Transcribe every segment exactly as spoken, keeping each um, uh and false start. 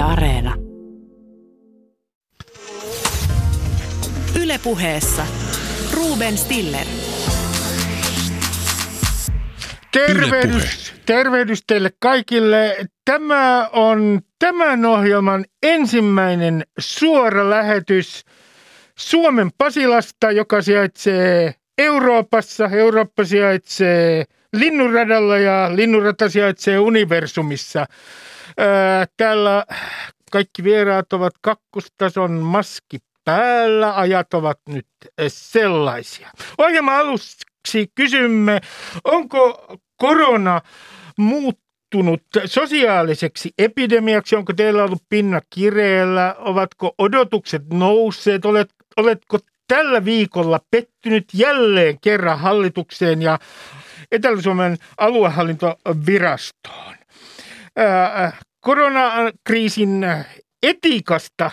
Areena. Yle Puheessa Ruben Stiller. Tervehdys, tervehdys teille kaikille. Tämä on tämän ohjelman ensimmäinen suora lähetys Suomen Pasilasta, joka sijaitsee Euroopassa. Eurooppa sijaitsee Linnunradalla ja Linnunrata sijaitsee universumissa. Täällä kaikki vieraat ovat kakkostason maski päällä. Ajat ovat nyt sellaisia. Ohjelman aluksi kysymme, onko korona muuttunut sosiaaliseksi epidemiaksi? Onko teillä ollut pinna kireellä? Ovatko odotukset nousseet? Olet, oletko tällä viikolla pettynyt jälleen kerran hallitukseen ja Etelä-Suomen aluehallintovirastoon? Ää, koronakriisin etiikasta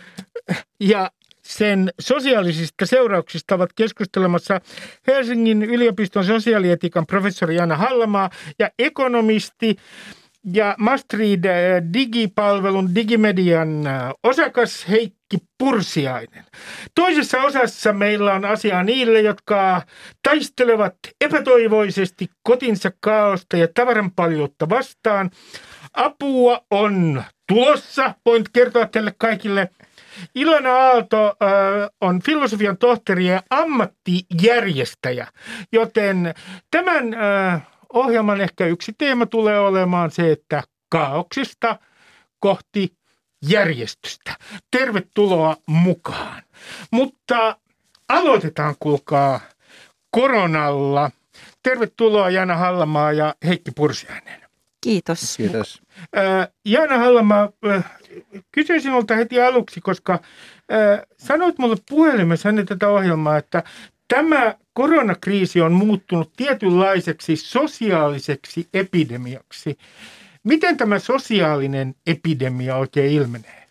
ja sen sosiaalisista seurauksista ovat keskustelemassa Helsingin yliopiston sosiaalietiikan professori Jaana Hallamaa ja ekonomisti ja Mastread digipalvelun digimedian osakas Heikki Pursiainen. Toisessa osassa meillä on asiaa niille, jotka taistelevat epätoivoisesti kotinsa kaaosta ja tavaranpaljoutta vastaan. Apua on tulossa, voin kertoa teille kaikille. Ilona Aalto äh, on filosofian tohtori ja ammattijärjestäjä, joten tämän äh, ohjelman ehkä yksi teema tulee olemaan se, että kaauksesta kohti järjestystä. Tervetuloa mukaan. Mutta aloitetaan, kuulkaa, koronalla. Tervetuloa Jaana Hallamaa ja Heikki Pursiainen. Kiitos. Kiitos. Äh, Jaana Hallamaa, äh, kysyn sinulta heti aluksi, koska äh, sanoit mulle puhelimessa ennen tätä ohjelmaa, että tämä koronakriisi on muuttunut tietynlaiseksi sosiaaliseksi epidemiaksi. Miten tämä sosiaalinen epidemia oikein ilmenee?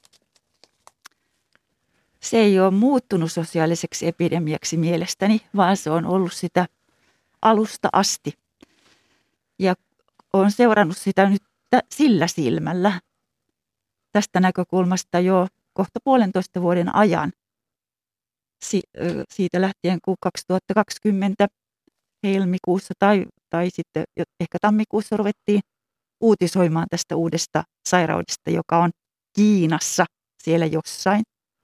Se ei ole muuttunut sosiaaliseksi epidemiaksi mielestäni, vaan se on ollut sitä alusta asti. Ja olen seurannut sitä nyt sillä silmällä tästä näkökulmasta jo kohta puolentoista vuoden ajan. Si- siitä lähtien, kun kaksituhattakaksikymmentä helmikuussa tai, tai sitten ehkä tammikuussa ruvettiin uutisoimaan tästä uudesta sairaudesta, joka on Kiinassa siellä jossain.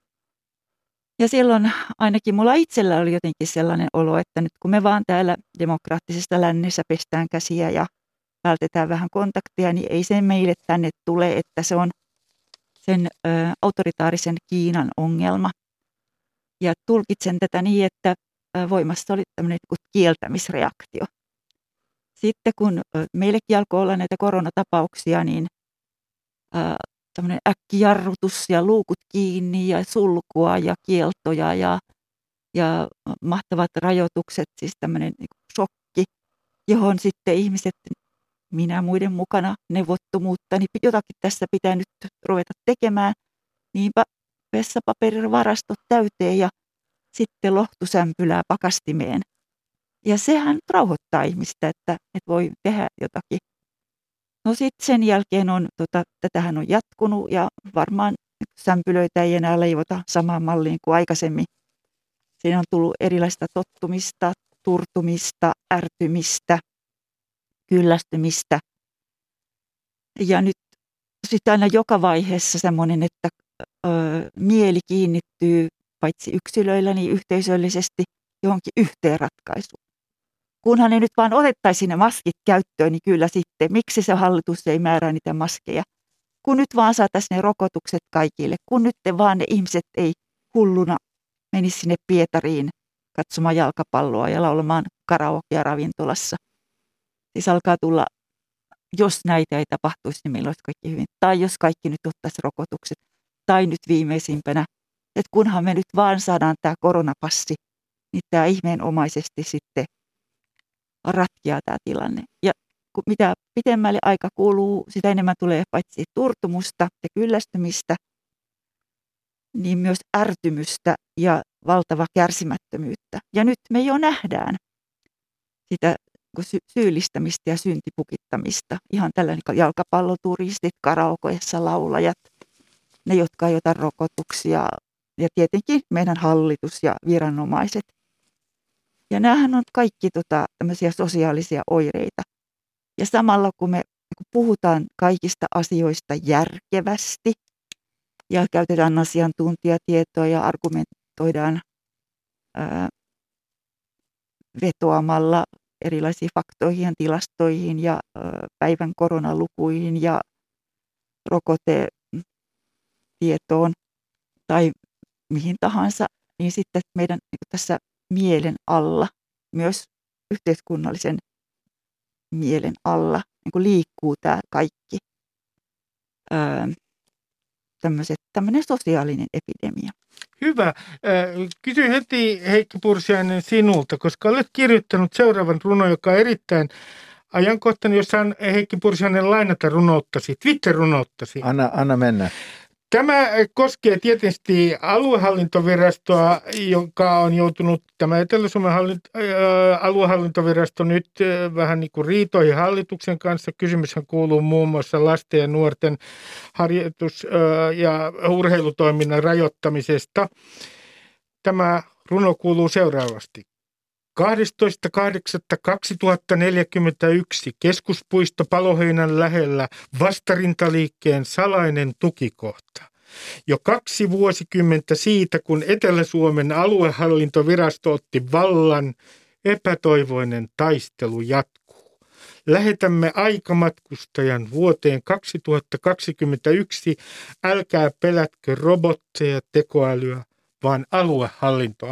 Ja silloin ainakin mulla itsellä oli jotenkin sellainen olo, että nyt kun me vaan täällä demokraattisessa lännessä pestään käsiä ja vältetään vähän kontakteja, niin ei se meille tänne tule, että se on sen ö, autoritaarisen Kiinan ongelma. Ja tulkitsen tätä niin, että ö, voimassa oli tämmöinen kieltämisreaktio. Sitten kun ö, meillekin alkoi olla näitä koronatapauksia, niin ö, tämmöinen äkkijarrutus ja luukut kiinni ja sulkua ja kieltoja ja, ja mahtavat rajoitukset, siis tämmöinen niin kuin shokki, johon sitten ihmiset, minä muiden mukana neuvottomuutta, niin jotakin tässä pitää nyt ruveta tekemään. Niinpä vessapaperin-varastot täyteen ja sitten lohtusämpylää pakastimeen. Ja sehän rauhoittaa ihmistä, että, että voi tehdä jotakin. No sitten sen jälkeen on, tota, tätähän on jatkunut ja varmaan sämpylöitä ei enää leivota samaan malliin kuin aikaisemmin. Siinä on tullut erilaista tottumista, turtumista, ärtymistä, kyllästymistä. Ja nyt sitten aina joka vaiheessa semmoinen, että ö, mieli kiinnittyy paitsi yksilöillä, niin yhteisöllisesti johonkin yhteen ratkaisuun. Kunhan ne nyt vaan otettaisiin ne maskit käyttöön, niin kyllä sitten, miksi se hallitus ei määrää niitä maskeja. Kun nyt vaan saataisiin ne rokotukset kaikille, kun nyt vaan ne ihmiset ei hulluna menisi sinne Pietariin katsomaan jalkapalloa ja laulamaan karaokea ravintolassa. Siis alkaa tulla, jos näitä ei tapahtuisi, niin meillä olisi kaikki hyvin. Tai jos kaikki nyt ottaisi rokotukset. Tai nyt viimeisimpänä, että kunhan me nyt vaan saadaan tämä koronapassi, niin tämä ihmeenomaisesti sitten ratkeaa tämä tilanne. Ja mitä pitemmälle aika kuluu, sitä enemmän tulee paitsi turtumusta ja kyllästymistä, niin myös ärtymystä ja valtava kärsimättömyyttä. Ja nyt me jo nähdään sitä sy- syyllistämistä ja syntipukittamista. Ihan tällainen jalkapalloturistit, karaokeessa laulajat, ne, jotka ei ota rokotuksia ja tietenkin meidän hallitus ja viranomaiset. Ja näähän on kaikki tota, tämmöisiä sosiaalisia oireita. Ja samalla kun me kun puhutaan kaikista asioista järkevästi ja käytetään asiantuntijatietoa ja argumentoidaan ää, vetoamalla erilaisiin faktoihin ja tilastoihin ja ää, päivän koronalukuihin ja rokotetietoon tai mihin tahansa, niin sitten meidän niin tässä mielen alla, myös yhteiskunnallisen mielen alla, niin kuin liikkuu tämä kaikki öö, tämmöinen sosiaalinen epidemia. Hyvä. Kysyn heti Heikki Pursiainen sinulta, koska olet kirjoittanut seuraavan runon, joka on erittäin ajankohtainen, jossa on Heikki Pursiainen lainata runouttasi, Twitter-runouttasi. Anna, anna mennä. Tämä koskee tietysti aluehallintovirastoa, joka on joutunut, tämä Etelä-Suomen hallint- äh, aluehallintovirasto nyt äh, vähän niin kuin riitoihin hallituksen kanssa. Kysymyshän kuuluu muun muassa lasten ja nuorten harjoitus- äh, ja urheilutoiminnan rajoittamisesta. Tämä runo kuuluu seuraavasti. kahdestoista kahdeksatta kaksituhattaneljäkymmentäyksi Keskuspuisto Paloheinän lähellä vastarintaliikkeen salainen tukikohta. Jo kaksi vuosikymmentä siitä, kun Etelä-Suomen aluehallintovirasto otti vallan, epätoivoinen taistelu jatkuu. Lähetämme aikamatkustajan vuoteen kaksituhattakaksikymmentäyksi. Älkää pelätkö robotteja, tekoälyä, vaan aluehallintoa.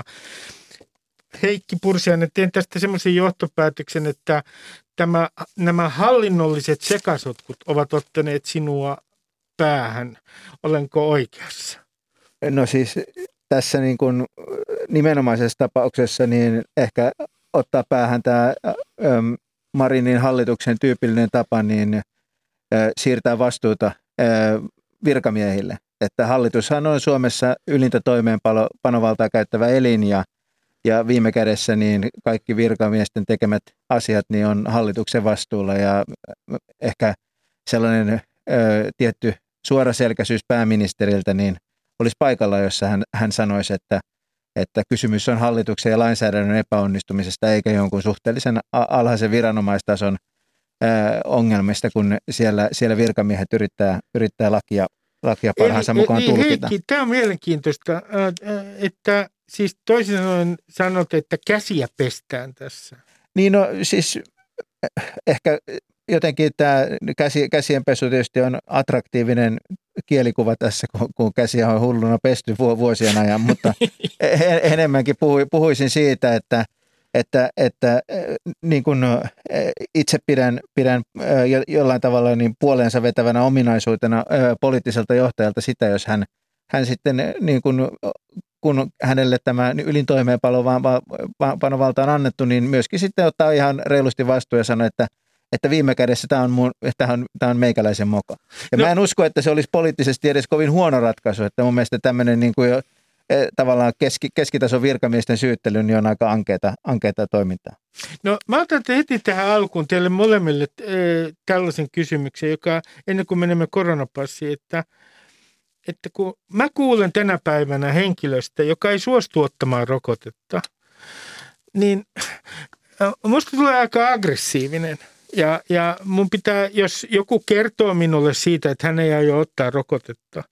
Heikki Pursiainen, teen tästä semmoisen johtopäätöksen, että tämä, nämä hallinnolliset sekasotkut ovat ottaneet sinua päähän. Olenko oikeassa? No siis tässä niin kuin nimenomaisessa tapauksessa niin ehkä ottaa päähän tämä äm, Marinin hallituksen tyypillinen tapa niin ä, siirtää vastuuta ä, virkamiehille. Että hallitushan on Suomessa ylintä toimeenpanovaltaa käyttävä elin ja Ja viime kädessä niin kaikki virkamiesten tekemät asiat niin on hallituksen vastuulla ja ehkä sellainen ö, tietty suoraselkäisyys pääministeriltä niin olisi paikalla, jossa hän, hän sanoisi, että, että kysymys on hallituksen ja lainsäädännön epäonnistumisesta eikä jonkun suhteellisen alhaisen viranomaistason ö, ongelmista, kun siellä, siellä virkamiehet yrittää, yrittää lakia, lakia parhaansa eli, mukaan eli, tulkita. Heikki, tämä on mielenkiintoista, että siis toisin sanoen sanot, että käsiä pestään tässä. Niin no siis ehkä jotenkin tämä käsi, käsienpesu tietysti on attraktiivinen kielikuva tässä, kun, kun käsiä on hulluna pesty vuosien ajan, mutta enemmänkin puhuisin siitä, että, että, että niin kuin itse pidän, pidän jollain tavalla niin puoleensa vetävänä ominaisuutena poliittiselta johtajalta sitä, jos hän, hän sitten niin kuin kun hänelle tämä ylin toimeenpanovalta on annettu, niin myöskin sitten ottaa ihan reilusti vastuu ja sanoo, että, että viime kädessä tämä on, mun, tämä on, tämä on meikäläisen moka. Ja no. Mä en usko, että se olisi poliittisesti edes kovin huono ratkaisu, että mun mielestä tämmöinen niin kuin jo, tavallaan keski, keskitason virkamiesten syyttely niin on aika ankeata, ankeata toimintaa. No mä otan heti tähän alkuun teille molemmille äh, tällaisen kysymyksen, joka ennen kuin menemme koronapassiin, että että kun mä kuulen tänä päivänä henkilöstä, joka ei suostu ottamaan rokotetta, niin musta tulee aika aggressiivinen. Ja, ja mun pitää, jos joku kertoo minulle siitä, että hän ei aio ottaa rokotetta,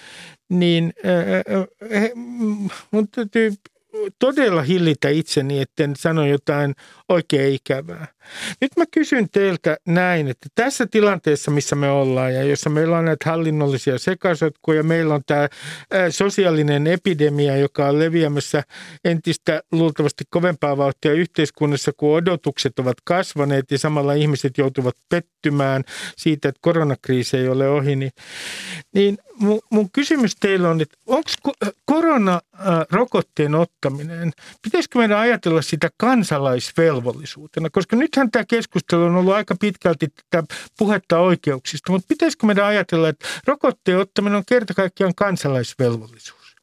niin äh, mun täytyy todella hillitä itseni, etten sano jotain oikein ikävää. Nyt mä kysyn teiltä näin, että tässä tilanteessa, missä me ollaan ja jossa meillä on näitä hallinnollisia sekasotkuja, meillä on tämä sosiaalinen epidemia, joka on leviämässä entistä luultavasti kovempaa vauhtia yhteiskunnassa, kun odotukset ovat kasvaneet ja samalla ihmiset joutuvat pettymään siitä, että koronakriisi ei ole ohi, niin, niin mun, mun kysymys teillä on, että onko koronarokotteen ottaminen, pitäisikö meidän ajatella sitä kansalaisvelvollisuutena, koska nythän tämä keskustelu on ollut aika pitkälti tätä puhetta oikeuksista, mutta pitäisikö meidän ajatella, että rokotteen ottaminen on kerta kaikkiaan kansalaisvelvollisuus?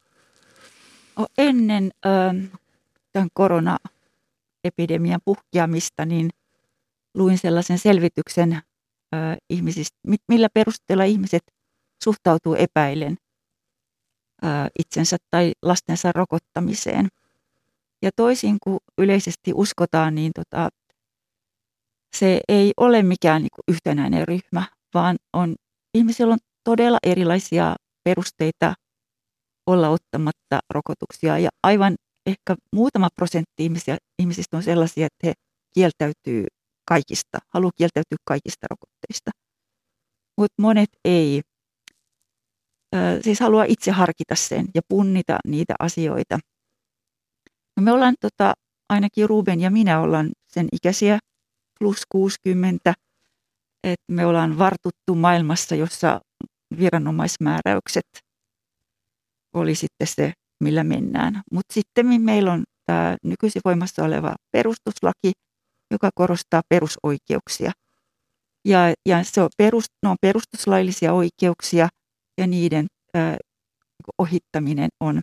Ennen ö, tämän koronaepidemian puhkeamista, niin luin sellaisen selvityksen äh, ihmisistä, millä perusteella ihmiset suhtautuu epäillen äh, itsensä tai lastensa rokottamiseen. Ja toisin kuin yleisesti uskotaan, niin tota, se ei ole mikään niin kuin yhtenäinen ryhmä, vaan on ihmisillä on todella erilaisia perusteita olla ottamatta rokotuksia. Ja aivan ehkä muutama prosentti ihmisiä, ihmisistä on sellaisia, että he kieltäytyy kaikista, haluaa kieltäytyä kaikista rokotteista. Mutta monet ei. Ö, siis haluaa itse harkita sen ja punnita niitä asioita. No me ollaan, tota, ainakin Ruben ja minä ollaan sen ikäisiä, plus kuusikymmentä, että me ollaan vartuttu maailmassa, jossa viranomaismääräykset oli sitten se, millä mennään. Mutta sitten meillä on tämä nykyisin voimassa oleva perustuslaki, joka korostaa perusoikeuksia. Ja, ja se on perust, ne on perustuslaillisia oikeuksia ja niiden ää, ohittaminen on,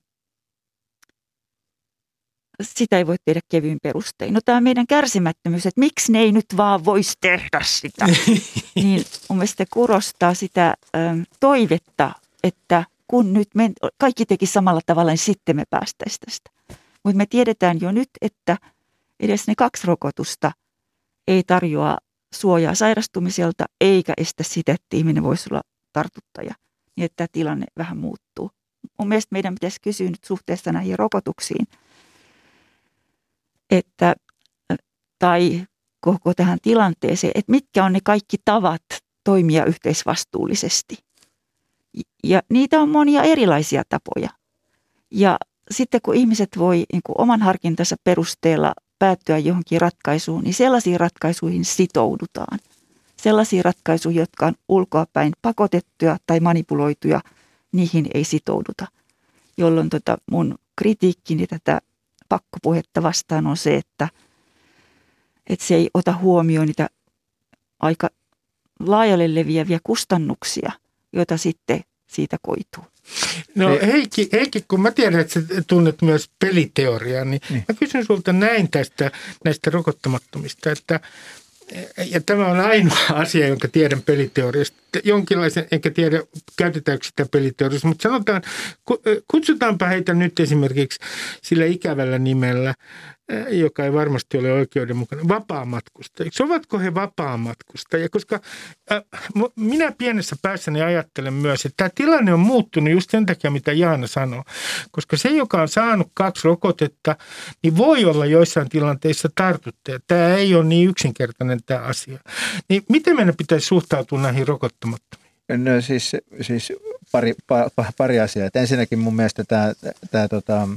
sitä ei voi tehdä kevyin perustein. No tämä meidän kärsimättömyys, että miksi ne ei nyt vaan voisi tehdä sitä, niin mun mielestä se korostaa sitä ä, toivetta, että kun nyt me kaikki teki samalla tavalla, niin sitten me päästäisiin tästä. Mutta me tiedetään jo nyt, että edes ne kaksi rokotusta ei tarjoa suojaa sairastumiselta eikä estä sitä, että ihminen voisi olla tartuttaja, niin että tämä tilanne vähän muuttuu. Mun mielestä meidän pitäisi kysyä nyt suhteessa näihin rokotuksiin, että, tai koko tähän tilanteeseen, että mitkä on ne kaikki tavat toimia yhteisvastuullisesti. Ja niitä on monia erilaisia tapoja. Ja sitten kun ihmiset voi niin kuin oman harkintansa perusteella päättyä johonkin ratkaisuun, niin sellaisiin ratkaisuihin sitoudutaan. Sellaisiin ratkaisuihin, jotka on ulkoapäin pakotettuja tai manipuloituja, niihin ei sitouduta. Jolloin tota mun kritiikkini tätä pakkopuhetta vastaan on se, että, että se ei ota huomioon niitä aika laajalle leviäviä kustannuksia, joita sitten siitä koituu. No Heikki, Heikki, kun mä tiedän, että sä tunnet myös peliteoriaa, niin, niin. mä kysyn sulta näin tästä näistä rokottamattomista, että ja tämä on ainoa asia, jonka tiedän peliteoriasta. Jonkinlaisen, enkä tiedä, käytetäänkö sitä peliteoriasta, mutta sanotaan, kutsutaanpa heitä nyt esimerkiksi sillä ikävällä nimellä, joka ei varmasti ole oikeudenmukainen, vapaamatkustajiksi. Ovatko he vapaamatkustajia? Koska äh, minä pienessä päässäni ajattelen myös, että tämä tilanne on muuttunut just sen takia, mitä Jaana sanoi. Koska se, joka on saanut kaksi rokotetta, niin voi olla joissain tilanteissa tartuttaja. Tämä ei ole niin yksinkertainen tämä asia. Niin miten meidän pitäisi suhtautua näihin rokottamattomiin? No siis, siis pari, pa, pari asiaa. Ensinnäkin mun mielestä tämä, tämä tota,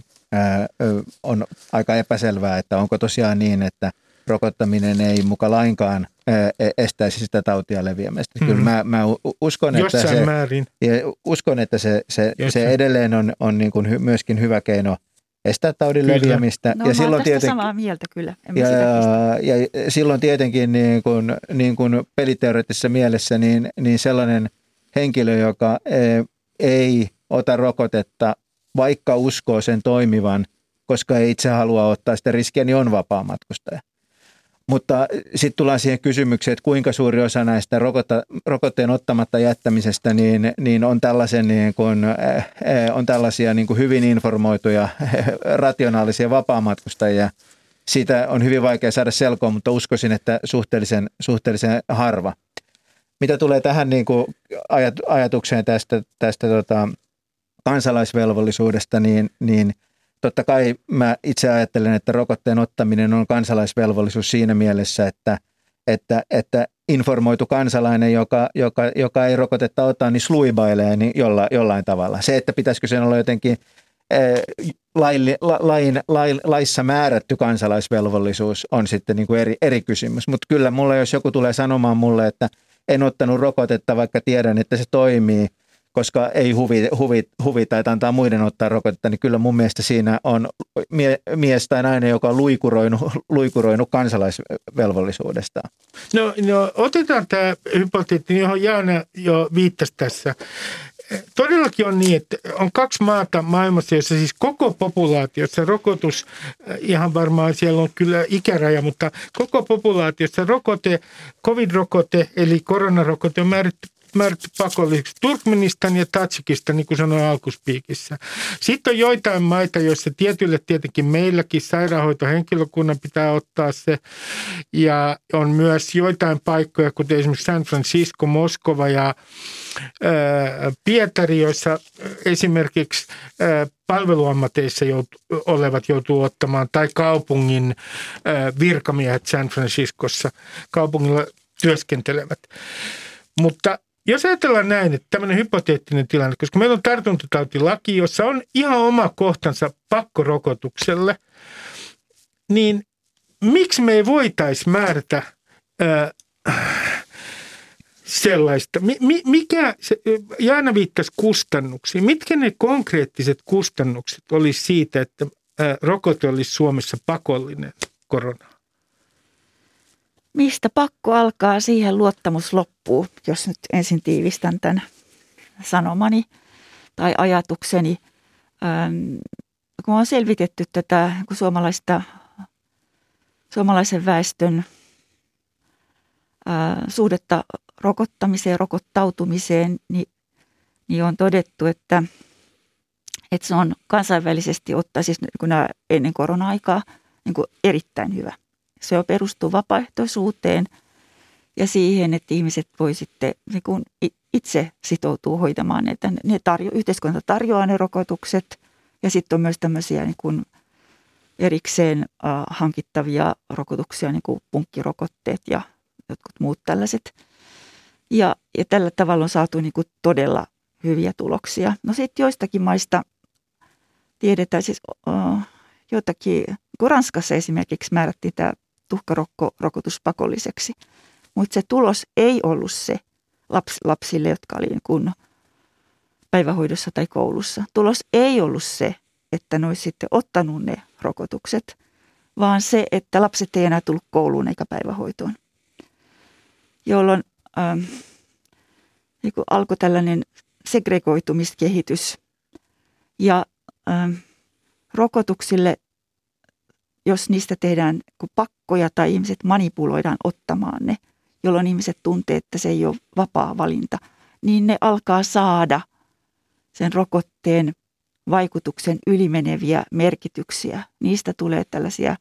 on aika epäselvää, että onko tosiaan niin, että rokottaminen ei muka lainkaan estäisi sitä tautia leviämästä. Mm-hmm. Kyllä mä, mä uskon, että se, määrin. uskon, että se, se, se edelleen on, on niin kuin hy, myöskin hyvä keino estää taudin kyllä. leviämistä. No ja mä silloin tietenkin, samaa mieltä kyllä. Ja, ja silloin tietenkin niin kuin, niin kuin peliteoreettisessa mielessä niin, niin sellainen henkilö, joka ei ota rokotetta, vaikka uskoo sen toimivan, koska ei itse halua ottaa sitä riskiä, niin on vapaamatkustaja. Mutta sitten tullaan siihen kysymykseen, että kuinka suuri osa näistä rokota, rokotteen ottamatta jättämisestä niin, niin on, tällaisen niin kuin, on tällaisia niin kuin hyvin informoituja, rationaalisia vapaamatkustajia. Siitä on hyvin vaikea saada selkoa, mutta uskoisin, että suhteellisen, suhteellisen harva. Mitä tulee tähän niin kuin ajatukseen tästä, tästä tota, kansalaisvelvollisuudesta, niin, niin totta kai mä itse ajattelen, että rokotteen ottaminen on kansalaisvelvollisuus siinä mielessä, että, että, että informoitu kansalainen, joka, joka, joka ei rokotetta ota, niin sluibailee niin jolla, jollain tavalla. Se, että pitäisikö sen olla jotenkin lain, lain, lain, laissa määrätty kansalaisvelvollisuus on sitten niin kuin eri, eri kysymys. Mutta kyllä mulla, jos joku tulee sanomaan mulle, että en ottanut rokotetta, vaikka tiedän, että se toimii, koska ei huvi, huvi, huvita, että antaa muiden ottaa rokotetta, niin kyllä mun mielestä siinä on mie, mies tai nainen, joka on luikuroinut, luikuroinut kansalaisvelvollisuudestaan. No, no otetaan tämä hypoteetti, johon Jaana jo viittasi tässä. todellakin on niin, että on kaksi maata maailmassa, jossa siis koko populaatiossa rokotus, ihan varmaan siellä on kyllä ikäraja, mutta koko populaatiossa rokote, covid-rokote eli koronarokote on määrätty määrätty pakolliseksi. Turkmenistan ja Tadžikistan, niin kuin sanoin alkuspiikissä. Sitten on joitain maita, joissa tietyille tietenkin meilläkin sairaanhoitohenkilökunnan pitää ottaa se. Ja on myös joitain paikkoja, kuten esimerkiksi San Francisco, Moskova ja ää, Pietari, joissa esimerkiksi ää, palveluammateissa joutu, olevat joutuu ottamaan, tai kaupungin ää, virkamiehet San Franciscossa kaupungilla työskentelevät. Mutta jos ajatellaan näin, että tämmöinen hypoteettinen tilanne, koska meillä on tartuntatautilaki, jossa on ihan oma kohtansa pakkorokotukselle, niin miksi me ei voitaisi määrätä ää, sellaista? Mi, mikä, se, Jaana viittasi kustannuksiin. Mitkä ne konkreettiset kustannukset olisi siitä, että ää, rokote olisi Suomessa pakollinen koronaan? Mistä pakko alkaa, siihen luottamus loppuu, jos nyt ensin tiivistän tämän sanomani tai ajatukseni. Ähm, kun on selvitetty tätä kun suomalaista, suomalaisen väestön äh, suhdetta rokottamiseen, rokottautumiseen, niin, niin on todettu, että, että se on kansainvälisesti ottaa siis kun nämä ennen korona-aikaa niin kuin erittäin hyvä. Se perustuu vapaaehtoisuuteen ja siihen, että ihmiset voi sitten niin kun itse sitoutuu hoitamaan ne. ne tarjo, yhteiskunta tarjoaa ne rokotukset ja sitten on myös tämmöisiä niin kun erikseen äh, hankittavia rokotuksia, niin kuin punkkirokotteet ja jotkut muut tällaiset. Ja, ja tällä tavalla on saatu niin kun todella hyviä tuloksia. No sitten joistakin maista tiedetään, siis äh, jotakin, kun Ranskassa esimerkiksi määrättiin tämä tuhkarokko-rokotus pakolliseksi. Mutta se tulos ei ollut se laps, lapsille, jotka oli kun päivähoidossa tai koulussa. Tulos ei ollut se, että ne olisi sitten ottanut ne rokotukset, vaan se, että lapset ei enää tullut kouluun eikä päivähoitoon. Jolloin ähm, niin alkoi tällainen segregoitumiskehitys ja ähm, rokotuksille, jos niistä tehdään pakkoja tai ihmiset manipuloidaan ottamaan ne, jolloin ihmiset tuntee, että se ei ole vapaa valinta, niin ne alkaa saada sen rokotteen vaikutuksen ylimeneviä merkityksiä. Niistä tulee tällaisia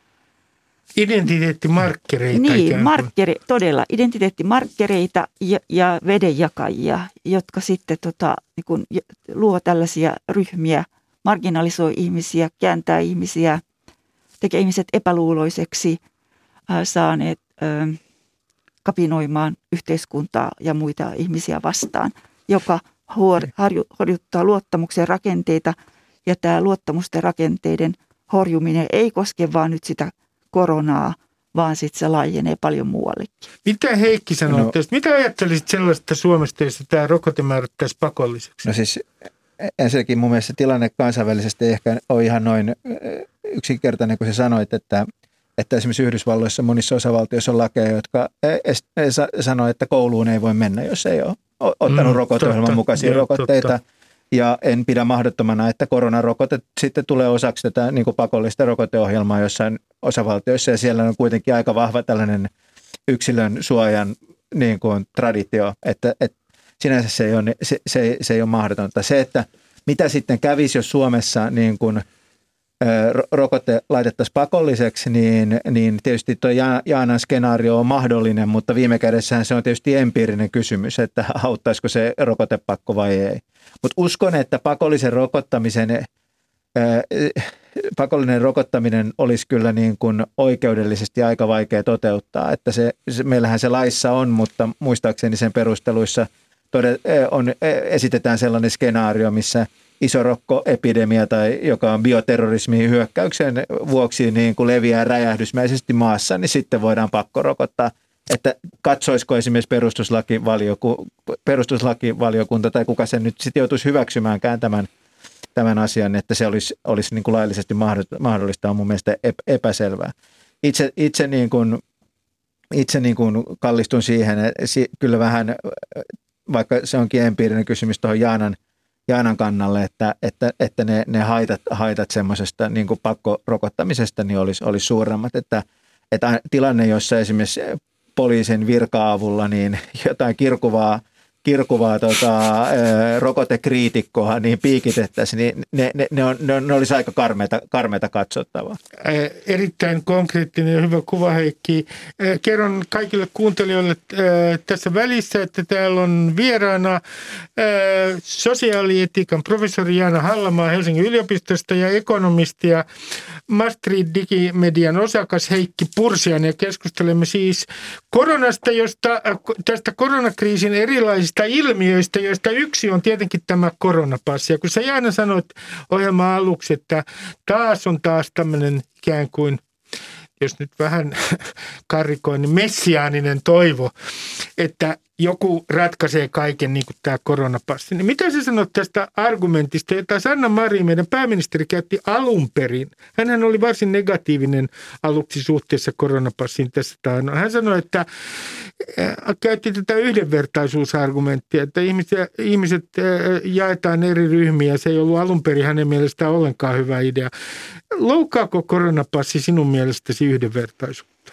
identiteettimarkkereita. Niin, markkeri, todella identiteettimarkkereita ja, ja vedenjakajia, jotka sitten tota, niin kun, luo tällaisia ryhmiä, marginalisoi ihmisiä, kääntää ihmisiä, tekee ihmiset epäluuloiseksi, äh, saaneet äh, kapinoimaan yhteiskuntaa ja muita ihmisiä vastaan, joka huor, harju, horjuttaa luottamuksen rakenteita. Ja tämä luottamusten rakenteiden horjuminen ei koske vaan nyt sitä koronaa, vaan sitten se laajenee paljon muuallekin. Mitä Heikki sanoo no, tästä? Mitä ajattelisit sellaista Suomesta, jossa tämä rokote määrättäisiin pakolliseksi? No siis ensinnäkin mun mielestä tilanne kansainvälisesti ei ehkä ole ihan noin yksinkertainen, kun sä sanoit, että, että esimerkiksi Yhdysvalloissa monissa osavaltioissa on lakeja, jotka sanoo, että kouluun ei voi mennä, jos ei ole ottanut mm, rokoteohjelman mukaisia joo, rokotteita. Totta. Ja en pidä mahdottomana, että koronarokote sitten tulee osaksi tätä niin kuin pakollista rokoteohjelmaa jossain osavaltioissa. Ja siellä on kuitenkin aika vahva tällainen yksilön suojan niin kuin traditio, että, että sinänsä se ei, ole, se, se, se ei ole mahdotonta. Se, että mitä sitten kävisi, jos Suomessa niin kuin rokote laitettaisiin pakolliseksi, niin, niin tietysti tuo Jaanan skenaario on mahdollinen, mutta viime kädessään se on tietysti empiirinen kysymys, että auttaisiko se rokotepakko vai ei. Mutta uskon, että pakollisen rokottamisen, ää, pakollinen rokottaminen olisi kyllä niin kuin oikeudellisesti aika vaikea toteuttaa. Että se, se, meillähän se laissa on, mutta muistaakseni sen perusteluissa todet, on, esitetään sellainen skenaario, missä iso rokkoepidemia tai joka on bioterrorismin hyökkäyksen vuoksi niin kuin leviää räjähdysmäisesti maassa, niin sitten voidaan pakkorokottaa. Että katsoisiko esimerkiksi perustuslakivalioku, perustuslakivaliokunta tai kuka sen nyt sitten joutuisi hyväksymäänkään tämän, tämän asian, että se olisi, olisi niin kuin laillisesti mahdollista, on mun mielestä epäselvää. Itse, itse, niin kuin, itse niin kuin kallistun siihen, että kyllä vähän vaikka se onkin empiirinen kysymys tuohon Jaanan, Jaanan kannalle, että, että, että ne, ne haitat, haitat semmoisesta niin kuin pakkorokottamisesta niin olisi, olisi suuremmat. Että, että tilanne, jossa esimerkiksi poliisin virka-avulla niin jotain kirkuvaa, kirkuvaa tota, rokotekriitikkoa niin piikitettäisiin, niin ne, ne, ne, on, ne, ne olisi aika karmeita, karmeita katsottavaa. Erittäin konkreettinen ja hyvä kuva, Heikki. Kerron kaikille kuuntelijoille tässä välissä, että täällä on vieraana sosiaalietiikan professori Jaana Hallamaa Helsingin yliopistosta ja ekonomisti ja Mastri Digimedian osakas Heikki Pursiainen. Ja keskustelemme siis koronasta, josta, tästä koronakriisin erilaisista ilmiöistä, joista yksi on tietenkin tämä koronapassi. Ja kun sä Jaana sanoit ohjelman aluksi, että taas on taas tämmöinen ikään kuin, jos nyt vähän karrikoin, niin messiaaninen toivo, että joku ratkaisee kaiken niin kuin tämä koronapassi. Niin mitä sä sanot tästä argumentista, jota Sanna Marin, meidän pääministeri, käytti alun perin? Hänhän oli varsin negatiivinen aluksi suhteessa koronapassiin tässä taannoin. Hän sanoi, että käytti tätä yhdenvertaisuusargumenttia, että ihmiset, ihmiset jaetaan eri ryhmiä. Se ei ollut alun perin hänen mielestään ollenkaan hyvä idea. Loukkaako koronapassi sinun mielestäsi yhdenvertaisuutta?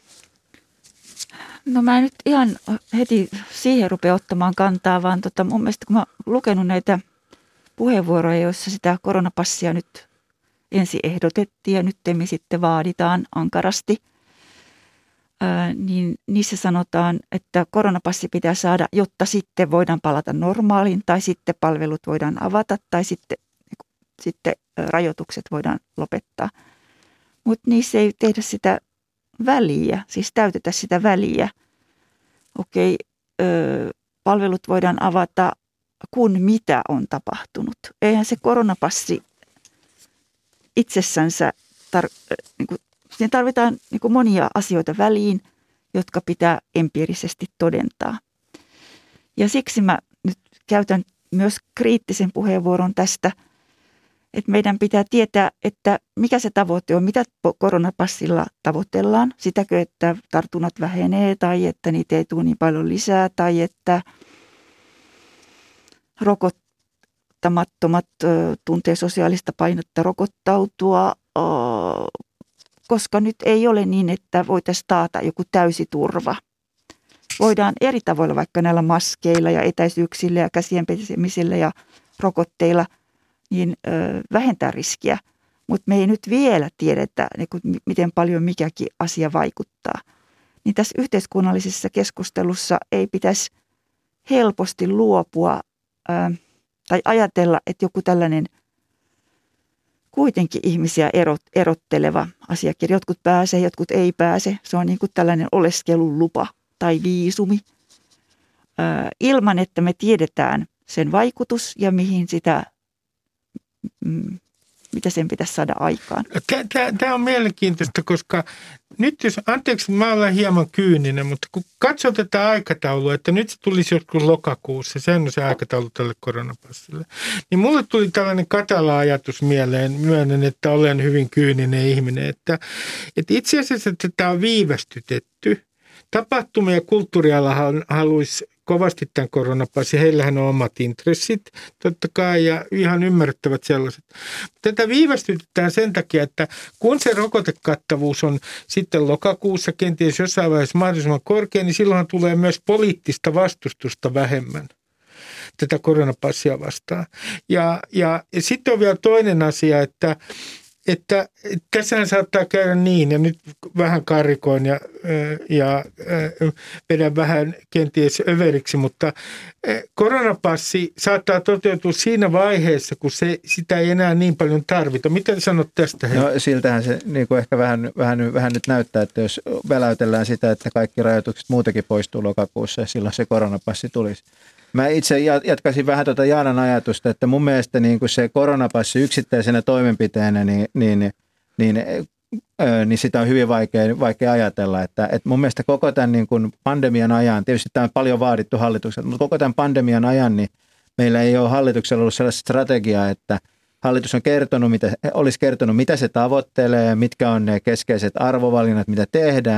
No mä en nyt ihan heti siihen rupea ottamaan kantaa, vaan tota, mun mielestä kun mä oon lukenut näitä puheenvuoroja, joissa sitä koronapassia nyt ensin ehdotettiin ja nyt me sitten vaaditaan ankarasti, ää, niin niissä sanotaan, että koronapassi pitää saada, jotta sitten voidaan palata normaaliin tai sitten palvelut voidaan avata tai sitten, sitten rajoitukset voidaan lopettaa. Mutta niissä ei tehdä sitä väliä, siis täytetä sitä väliä. Okei, ö, palvelut voidaan avata, kun mitä on tapahtunut. Eihän se koronapassi itsessänsä, tar- niin kuin, siinä tarvitaan niin kuin monia asioita väliin, jotka pitää empiirisesti todentaa. Ja siksi mä nyt käytän myös kriittisen puheenvuoron tästä, että meidän pitää tietää, että mikä se tavoite on, mitä koronapassilla tavoitellaan. Sitäkö, että tartunnat vähenee tai että niitä ei tule niin paljon lisää tai että rokottamattomat tuntee sosiaalista painetta rokottautua, koska nyt ei ole niin, että voitaisiin taata joku täysi turva. Voidaan eri tavoilla, vaikka näillä maskeilla ja etäisyyksillä ja käsien pesemisillä ja rokotteilla, niin ö, vähentää riskiä, mutta me ei nyt vielä tiedetä, niin kuin, miten paljon mikäkin asia vaikuttaa. Niin tässä yhteiskunnallisessa keskustelussa ei pitäisi helposti luopua ö, tai ajatella, että joku tällainen kuitenkin ihmisiä erot, erotteleva asiakirja. Jotkut pääsee, jotkut ei pääse. Se on niin kuin tällainen oleskelulupa tai viisumi ö, ilman, että me tiedetään sen vaikutus ja mihin sitä mitä sen pitäisi saada aikaan. Tämä on mielenkiintoista, koska nyt jos, anteeksi, mä olen hieman kyyninen, mutta kun katsoo tätä aikataulua, että nyt se tulisi joskus lokakuussa, sehän on se aikataulu tälle koronapassille, niin mulle tuli tällainen katala ajatus mieleen, myönnän, että olen hyvin kyyninen ihminen, että, että itse asiassa tätä on viivästytetty. Tapahtuma- ja kulttuuriala haluaisi kovasti tämän koronapassin. Heillähän on omat intressit, totta kai, ja ihan ymmärrettävät sellaiset. Tätä viivästytetään sen takia, että kun se rokotekattavuus on sitten lokakuussa kenties jossain vaiheessa mahdollisimman korkea, niin silloinhan tulee myös poliittista vastustusta vähemmän tätä koronapassia vastaan. Ja, ja, ja sitten on vielä toinen asia, että Että tässähän saattaa käydä niin, ja nyt vähän karrikoin ja, ja vedän vähän kenties överiksi, mutta koronapassi saattaa toteutua siinä vaiheessa, kun se, sitä ei enää niin paljon tarvita. Mitä sanot tästä? No siltähän se niin kuin ehkä vähän, vähän, vähän nyt näyttää, että jos väläytellään sitä, että kaikki rajoitukset muutenkin poistuu lokakuussa, ja silloin se koronapassi tulisi. Mä itse jatkaisin vähän tuota Jaanan ajatusta, että mun mielestä niin kuin se koronapassi yksittäisenä toimenpiteenä, niin, niin, niin, niin sitä on hyvin vaikea, vaikea ajatella. Että, että mun mielestä koko tämän niin kuin pandemian ajan, tietysti tämä on paljon vaadittu hallitukselta, mutta koko tämän pandemian ajan niin meillä ei ole hallituksella ollut sellaista strategiaa, että hallitus on kertonut, mitä, olisi kertonut, mitä se tavoittelee, mitkä on ne keskeiset arvovalinnat, mitä tehdään.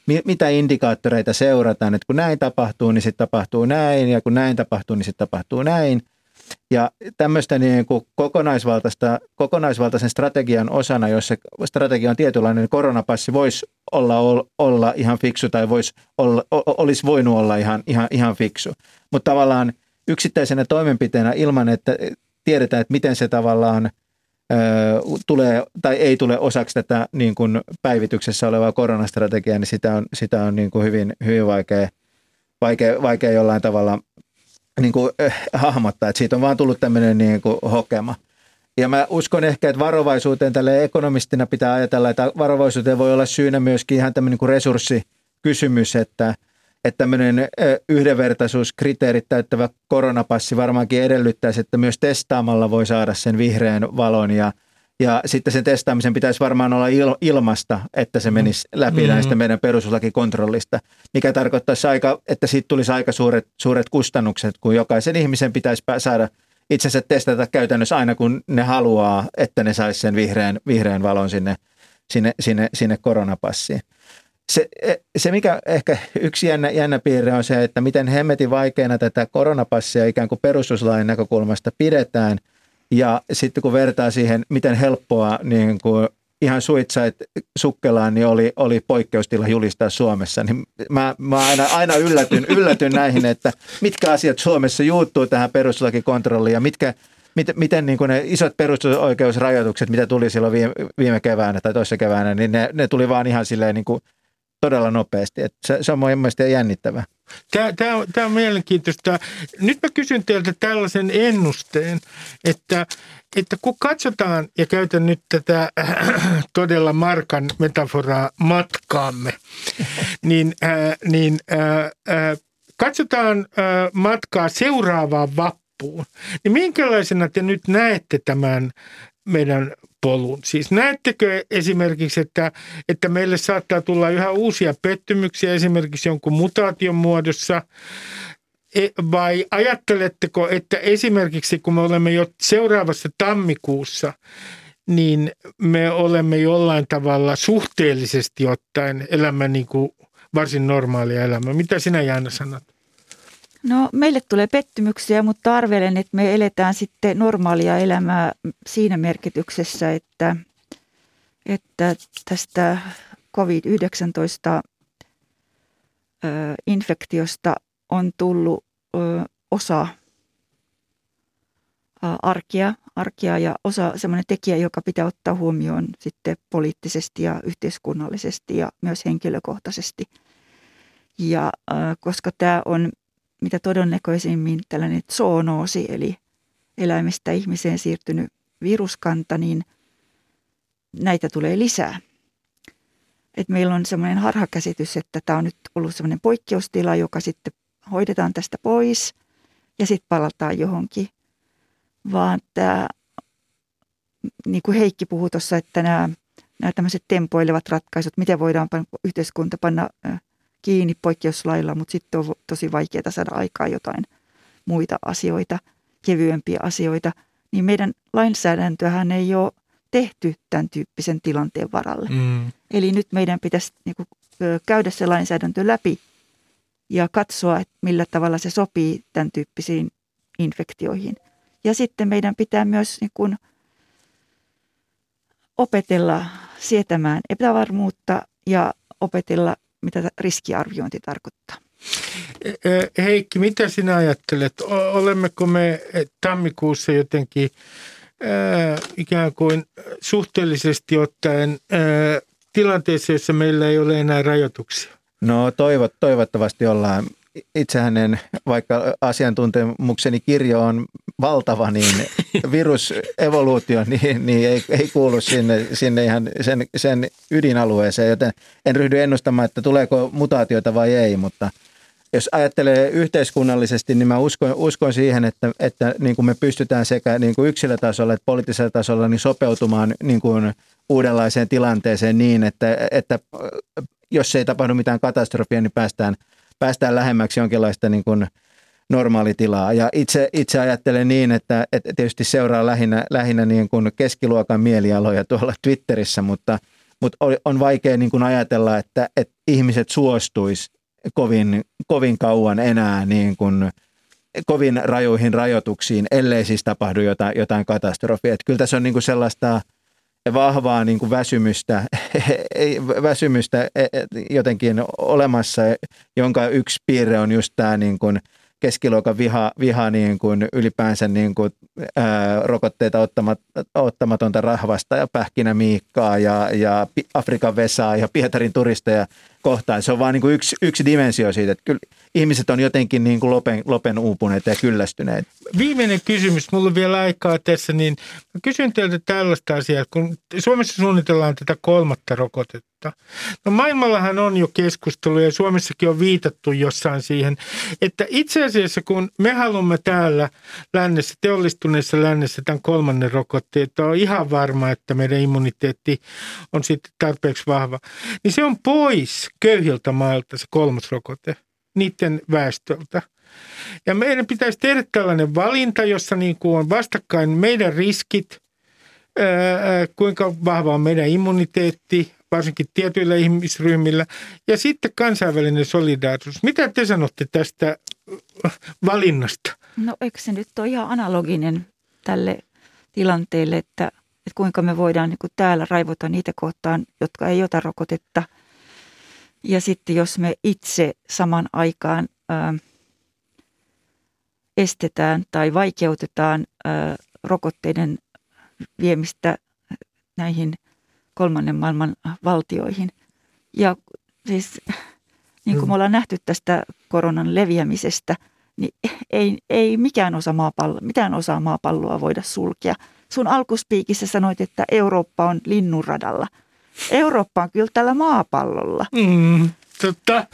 mitä indikaattoreita seurataan, että kun näin tapahtuu, niin sitten tapahtuu näin, ja kun näin tapahtuu, niin sitten tapahtuu näin. Ja tämmöistä niin kuin kokonaisvaltaista, kokonaisvaltaisen strategian osana, jos se strategia on tietynlainen, niin koronapassi voisi olla, olla ihan fiksu tai voisi olla, olisi voinut olla ihan, ihan, ihan fiksu. Mutta tavallaan yksittäisenä toimenpiteenä ilman, että tiedetään, että miten se tavallaan ö, tulee tai ei tule osaksi tätä niin kuin päivityksessä olevaa koronastrategiaa, niin sitä on, sitä on niin kuin hyvin, hyvin vaikea, vaikea, vaikea jollain tavalla niin kuin, äh, hahmottaa, että siitä on vaan tullut tämmöinen niin kuin hokema. Ja mä uskon ehkä, että varovaisuuteen tälle ekonomistina pitää ajatella, että varovaisuuteen voi olla syynä myöskin ihan tämmöinen niin kuin resurssikysymys, että, että tämmöinen äh, yhdenvertaisuuskriteerit täyttävä koronapassi varmaankin edellyttäisi, että myös testaamalla voi saada sen vihreän valon ja Ja sitten sen testaamisen pitäisi varmaan olla il- ilmasta, että se menisi läpi mm. näistä meidän perustuslakikontrollista, mikä tarkoittaisi, aika, että siitä tulisi aika suuret, suuret kustannukset, kun jokaisen ihmisen pitäisi saada itsensä testata käytännössä aina, kun ne haluaa, että ne saisi sen vihreän, vihreän valon sinne, sinne, sinne, sinne koronapassiin. Se, se, mikä ehkä yksi jännä, jännä piirre on se, että miten hemmetin vaikeana tätä koronapassia ikään kuin perustuslain näkökulmasta pidetään. Ja sitten kun vertaa siihen, miten helppoa niin kuin ihan suitsait sukkelaan, niin oli, oli poikkeustila julistaa Suomessa. Niin mä mä aina, aina yllätyn, yllätyn näihin, että mitkä asiat Suomessa juuttuu tähän perustuslakikontrolliin ja mitkä, mit, miten niin kuin ne isot perustusoikeusrajoitukset, mitä tuli silloin viime, viime keväänä tai toissa keväänä, niin ne, ne tuli vaan ihan silleen niin kuin todella nopeasti. Että se, se on mun mielestä jännittävää. Tämä, tämä, on, tämä on mielenkiintoista. Nyt mä kysyn teiltä tällaisen ennusteen, että, että kun katsotaan, ja käytän nyt tätä äh, todella Markan metaforaa matkaamme, niin, äh, niin äh, äh, katsotaan äh, matkaa seuraavaan vappuun, niin minkälaisena te nyt näette tämän meidän polun? Siis näettekö esimerkiksi, että, että meille saattaa tulla yhä uusia pettymyksiä esimerkiksi jonkun mutaation muodossa, vai ajatteletteko, että esimerkiksi kun me olemme jo seuraavassa tammikuussa, niin me olemme jollain tavalla suhteellisesti ottaen elämä niin kuin varsin normaalia elämää? Mitä sinä, Jaana, sanot? No meille tulee pettymyksiä, mutta arvelen, että me eletään sitten normaalia elämää siinä merkityksessä, että, että tästä covid yhdeksäntoista-infektiosta on tullut ö, osa arkea, arkea ja osa semmoinen tekijä, joka pitää ottaa huomioon sitten poliittisesti ja yhteiskunnallisesti ja myös henkilökohtaisesti. Ja ö, koska tämä on mitä todennäköisimmin tällainen zoonoosi, eli eläimestä ihmiseen siirtynyt viruskanta, niin näitä tulee lisää. Et meillä on semmoinen harhakäsitys, että tämä on nyt ollut semmoinen poikkeustila, joka sitten hoidetaan tästä pois ja sitten palataan johonkin. Vaan tämä, niin kuin Heikki puhui tuossa, että nämä, nämä tämmöiset tempoilevat ratkaisut, miten voidaan yhteiskunta panna kiinni poikkeuslailla, mutta sitten on tosi vaikeaa saada aikaa jotain muita asioita, kevyempiä asioita, niin meidän lainsäädäntöhän ei ole tehty tämän tyyppisen tilanteen varalle. Mm. Eli nyt meidän pitäisi niin kuin, käydä se lainsäädäntö läpi ja katsoa, että millä tavalla se sopii tämän tyyppisiin infektioihin. Ja sitten meidän pitää myös niin kuin, opetella sietämään epävarmuutta ja opetella, mitä riskiarviointi tarkoittaa. Heikki, mitä sinä ajattelet? Olemmeko me tammikuussa jotenkin äh, ikään kuin suhteellisesti ottaen äh, tilanteessa, jossa meillä ei ole enää rajoituksia? No toivot, toivottavasti ollaan. Itsehän en, vaikka asiantuntemukseni kirjo on valtava, niin virusevoluutio niin, niin ei, ei kuulu sinne, sinne ihan sen, sen ydinalueeseen, joten en ryhdy ennustamaan, että tuleeko mutaatioita vai ei, mutta jos ajattelee yhteiskunnallisesti, niin mä uskon, uskon siihen, että, että niin kuin me pystytään sekä niin kuin yksilötasolla että poliittisella tasolla niin sopeutumaan niin kuin uudenlaiseen tilanteeseen niin, että, että jos ei tapahdu mitään katastrofia, niin päästään päästään lähemmäksi jonkinlaista niin kuin normaalitilaa. Ja itse, itse ajattelen niin, että, että tietysti seuraa lähinnä, lähinnä niin kuin keskiluokan mielialoja tuolla Twitterissä, mutta, mutta on vaikea niin kuin ajatella, että, että ihmiset suostuisi kovin, kovin kauan enää niin kuin kovin rajuihin rajoituksiin, ellei siis tapahdu jotain, jotain katastrofia. Että kyllä tässä on niin kuin sellaista vahvaa niin kuin väsymystä, väsymystä jotenkin olemassa, jonka yksi piirre on just tämä niin kuin keskiluokan viha, viha niin kuin ylipäänsä niin kuin, ää, rokotteita ottamat, ottamatonta rahvasta ja pähkinämiikkaa ja, ja Afrikan Vesaa ja Pietarin turisteja kohtaan. Se on vaan niin kuin yksi, yksi dimensio siitä, että kyllä ihmiset on jotenkin niin kuin lopen, lopen uupuneet ja kyllästyneet. Viimeinen kysymys, mulla on vielä aikaa tässä, niin mä kysyn teiltä tällaista asiaa, kun Suomessa suunnitellaan tätä kolmatta rokotetta. No maailmallahan on jo keskustelu ja Suomessakin on viitattu jossain siihen, että itse asiassa kun me haluamme täällä lännessä, teollistuneessa lännessä tämän kolmannen rokotteen, että on ihan varma, että meidän immuniteetti on sitten tarpeeksi vahva, niin se on pois köyhiltä mailta se kolmas rokote, niiden väestöltä. Ja meidän pitäisi tehdä tällainen valinta, jossa niin kuin on vastakkain meidän riskit, ää, kuinka vahva on meidän immuniteetti, varsinkin tietyillä ihmisryhmillä, ja sitten kansainvälinen solidaarisuus. Mitä te sanotte tästä valinnasta? No eikö se nyt ole ihan analoginen tälle tilanteelle, että, että kuinka me voidaan niin kuin täällä raivota niitä kohtaan, jotka ei ota rokotetta. Ja sitten jos me itse saman aikaan ää, estetään tai vaikeutetaan ää, rokotteiden viemistä näihin kolmannen maailman valtioihin. Ja siis niin kuin me ollaan nähty tästä koronan leviämisestä, niin ei, ei mikään osa maapalloa, mitään osaa maapalloa voida sulkea. Sun alkuspiikissä sanoit, että Eurooppa on linnunradalla. Eurooppa on kyllä tällä maapallolla. Mm, totta.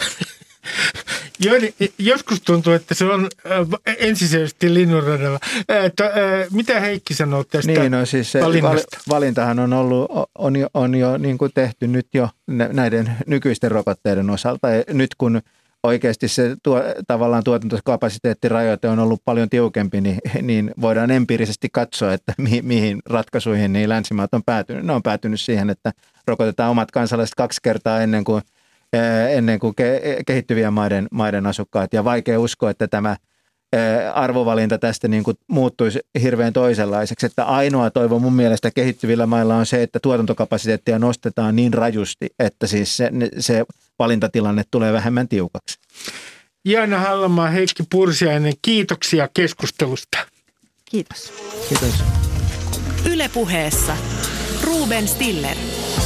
Joskus tuntuu, että se on ensisijaisesti linnunradalla. Mitä Heikki sanoo tästä niin, no siis se valinnasta? Valintahan on ollut, on jo, on jo niin kuin tehty nyt jo näiden nykyisten rokotteiden osalta. Ja nyt kun oikeasti se tuo, tavallaan tuotantokapasiteettirajoite on ollut paljon tiukempi, niin, niin voidaan empiirisesti katsoa, että mi, mihin ratkaisuihin niin länsimaat on päätynyt. Ne on päätynyt siihen, että rokotetaan omat kansalaiset kaksi kertaa ennen kuin ennen kuin kehittyvien maiden, maiden asukkaat. Ja vaikea uskoa, että tämä arvovalinta tästä niin kuin muuttuisi hirveän toisenlaiseksi. Että ainoa toivo mun mielestä kehittyvillä mailla on se, että tuotantokapasiteettia nostetaan niin rajusti, että siis se, se valintatilanne tulee vähemmän tiukaksi. Jaana Hallamaa, Heikki Pursiainen, kiitoksia keskustelusta. Kiitos. Kiitos. Yle Puheessa Ruben Stiller.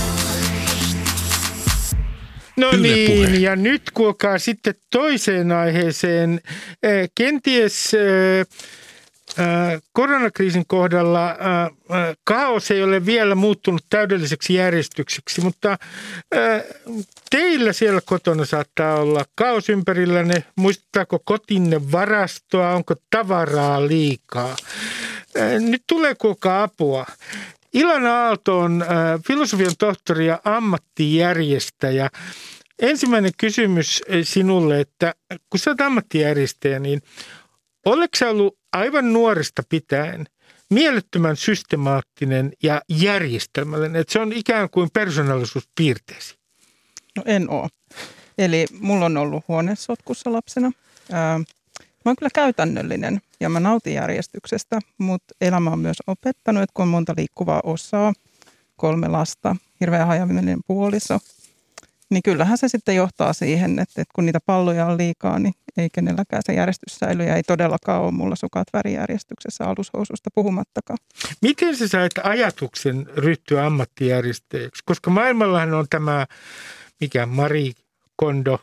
No niin, ja nyt kuulkaa sitten toiseen aiheeseen. Kenties koronakriisin kohdalla kaos ei ole vielä muuttunut täydelliseksi järjestykseksi, mutta teillä siellä kotona saattaa olla kaos ympärillänne. Muistaako kotinne varastoa, onko tavaraa liikaa? Nyt tulee kuulkaa apua. Ilana Aalto on filosofian tohtori ja ammattijärjestäjä. Ensimmäinen kysymys sinulle, että kun sä oot ammattijärjestäjä, niin oletko sä ollut aivan nuoresta pitäen mielettömän systemaattinen ja järjestelmällinen, että se on ikään kuin persoonallisuuspiirteesi? No en ole. Eli mulla on ollut huonesotkussa lapsena. Ää, mä oon kyllä käytännöllinen ja mä nautin järjestyksestä, mutta elämä on myös opettanut, että kun on monta liikkuvaa osaa, kolme lasta, hirveän hajavimellinen puoliso, niin kyllähän se sitten johtaa siihen, että, että kun niitä palloja on liikaa, niin ei kenelläkään se järjestys säily ja ei todellakaan ole mulla sukat värijärjestyksessä alushoususta puhumattakaan. Miten sä sait ajatuksen ryhtyä ammattijärjestäjäksi? Koska maailmallahan on tämä, mikä Marie Kondo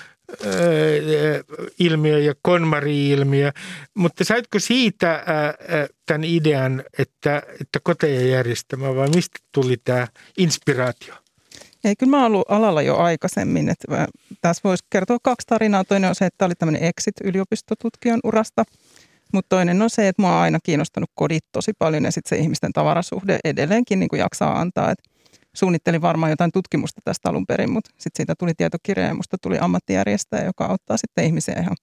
ilmiö ja KonMari-ilmiö, mutta saitko siitä tämän idean, että, että koteja järjestämään vai mistä tuli tämä inspiraatio? Ei, kyllä mä oon ollut alalla jo aikaisemmin. Että tässä voisi kertoa kaksi tarinaa. Toinen on se, että tämä oli tämmöinen exit-yliopistotutkijan urasta, mutta toinen on se, että mua on aina kiinnostanut kodit tosi paljon ja sitten se ihmisten tavarasuhde edelleenkin niin kuin jaksaa antaa. Et suunnittelin varmaan jotain tutkimusta tästä alun perin, mutta sitten siitä tuli tietokirja ja musta tuli ammattijärjestäjä, joka auttaa sitten ihmisiä ihan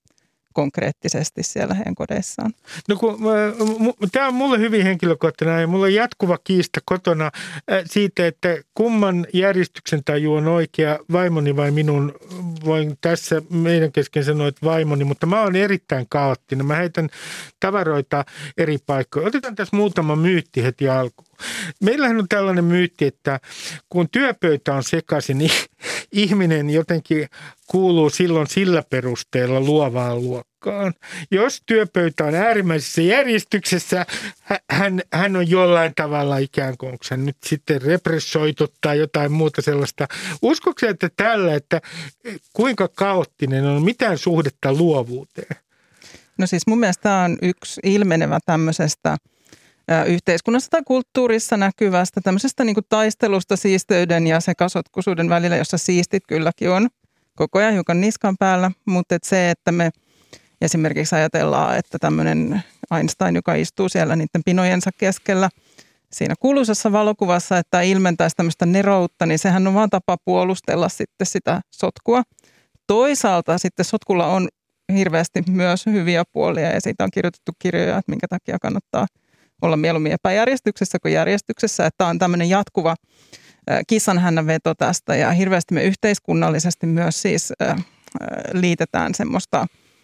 konkreettisesti siellä heidän kodeissaan. No kun, tämä on mulle hyvin henkilökohtainen ja mulla on jatkuva kiista kotona siitä, että kumman järjestyksen taju on oikea, vaimoni vai minun. Voin tässä meidän kesken sanoa, että vaimoni, mutta mä oon erittäin kaoottinen. Mä heitän tavaroita eri paikkoja. Otetaan tässä muutama myytti heti alkuun. Meillähän on tällainen myytti, että kun työpöytä on sekaisin, niin ihminen jotenkin kuuluu silloin sillä perusteella luovaan luokkaan. Jos työpöytä on äärimmäisessä järjestyksessä, hän, hän on jollain tavalla ikään kuin, onko hän nyt sitten repressoitu tai jotain muuta sellaista. Uskotko että tällä, että kuinka kaoottinen on mitään suhdetta luovuuteen? No siis mun mielestä tämä on yksi ilmenevä tämmöisestä yhteiskunnassa tai kulttuurissa näkyvästä tämmöisestä niin kuin taistelusta siisteyden ja sekasotkuisuuden välillä, jossa siistit kylläkin on koko ajan hiukan niskan päällä, mutta et se, että me esimerkiksi ajatellaan, että tämmöinen Einstein, joka istuu siellä niiden pinojensa keskellä siinä kuuluisassa valokuvassa, että ilmentäisi tämmöistä neroutta, niin sehän on vaan tapa puolustella sitten sitä sotkua. Toisaalta sitten sotkulla on hirveästi myös hyviä puolia ja siitä on kirjoitettu kirjoja, että minkä takia kannattaa olla mieluummin epäjärjestyksessä kuin järjestyksessä, että on tämmöinen jatkuva kissanhännän veto tästä ja hirveästi me yhteiskunnallisesti myös siis liitetään semmoista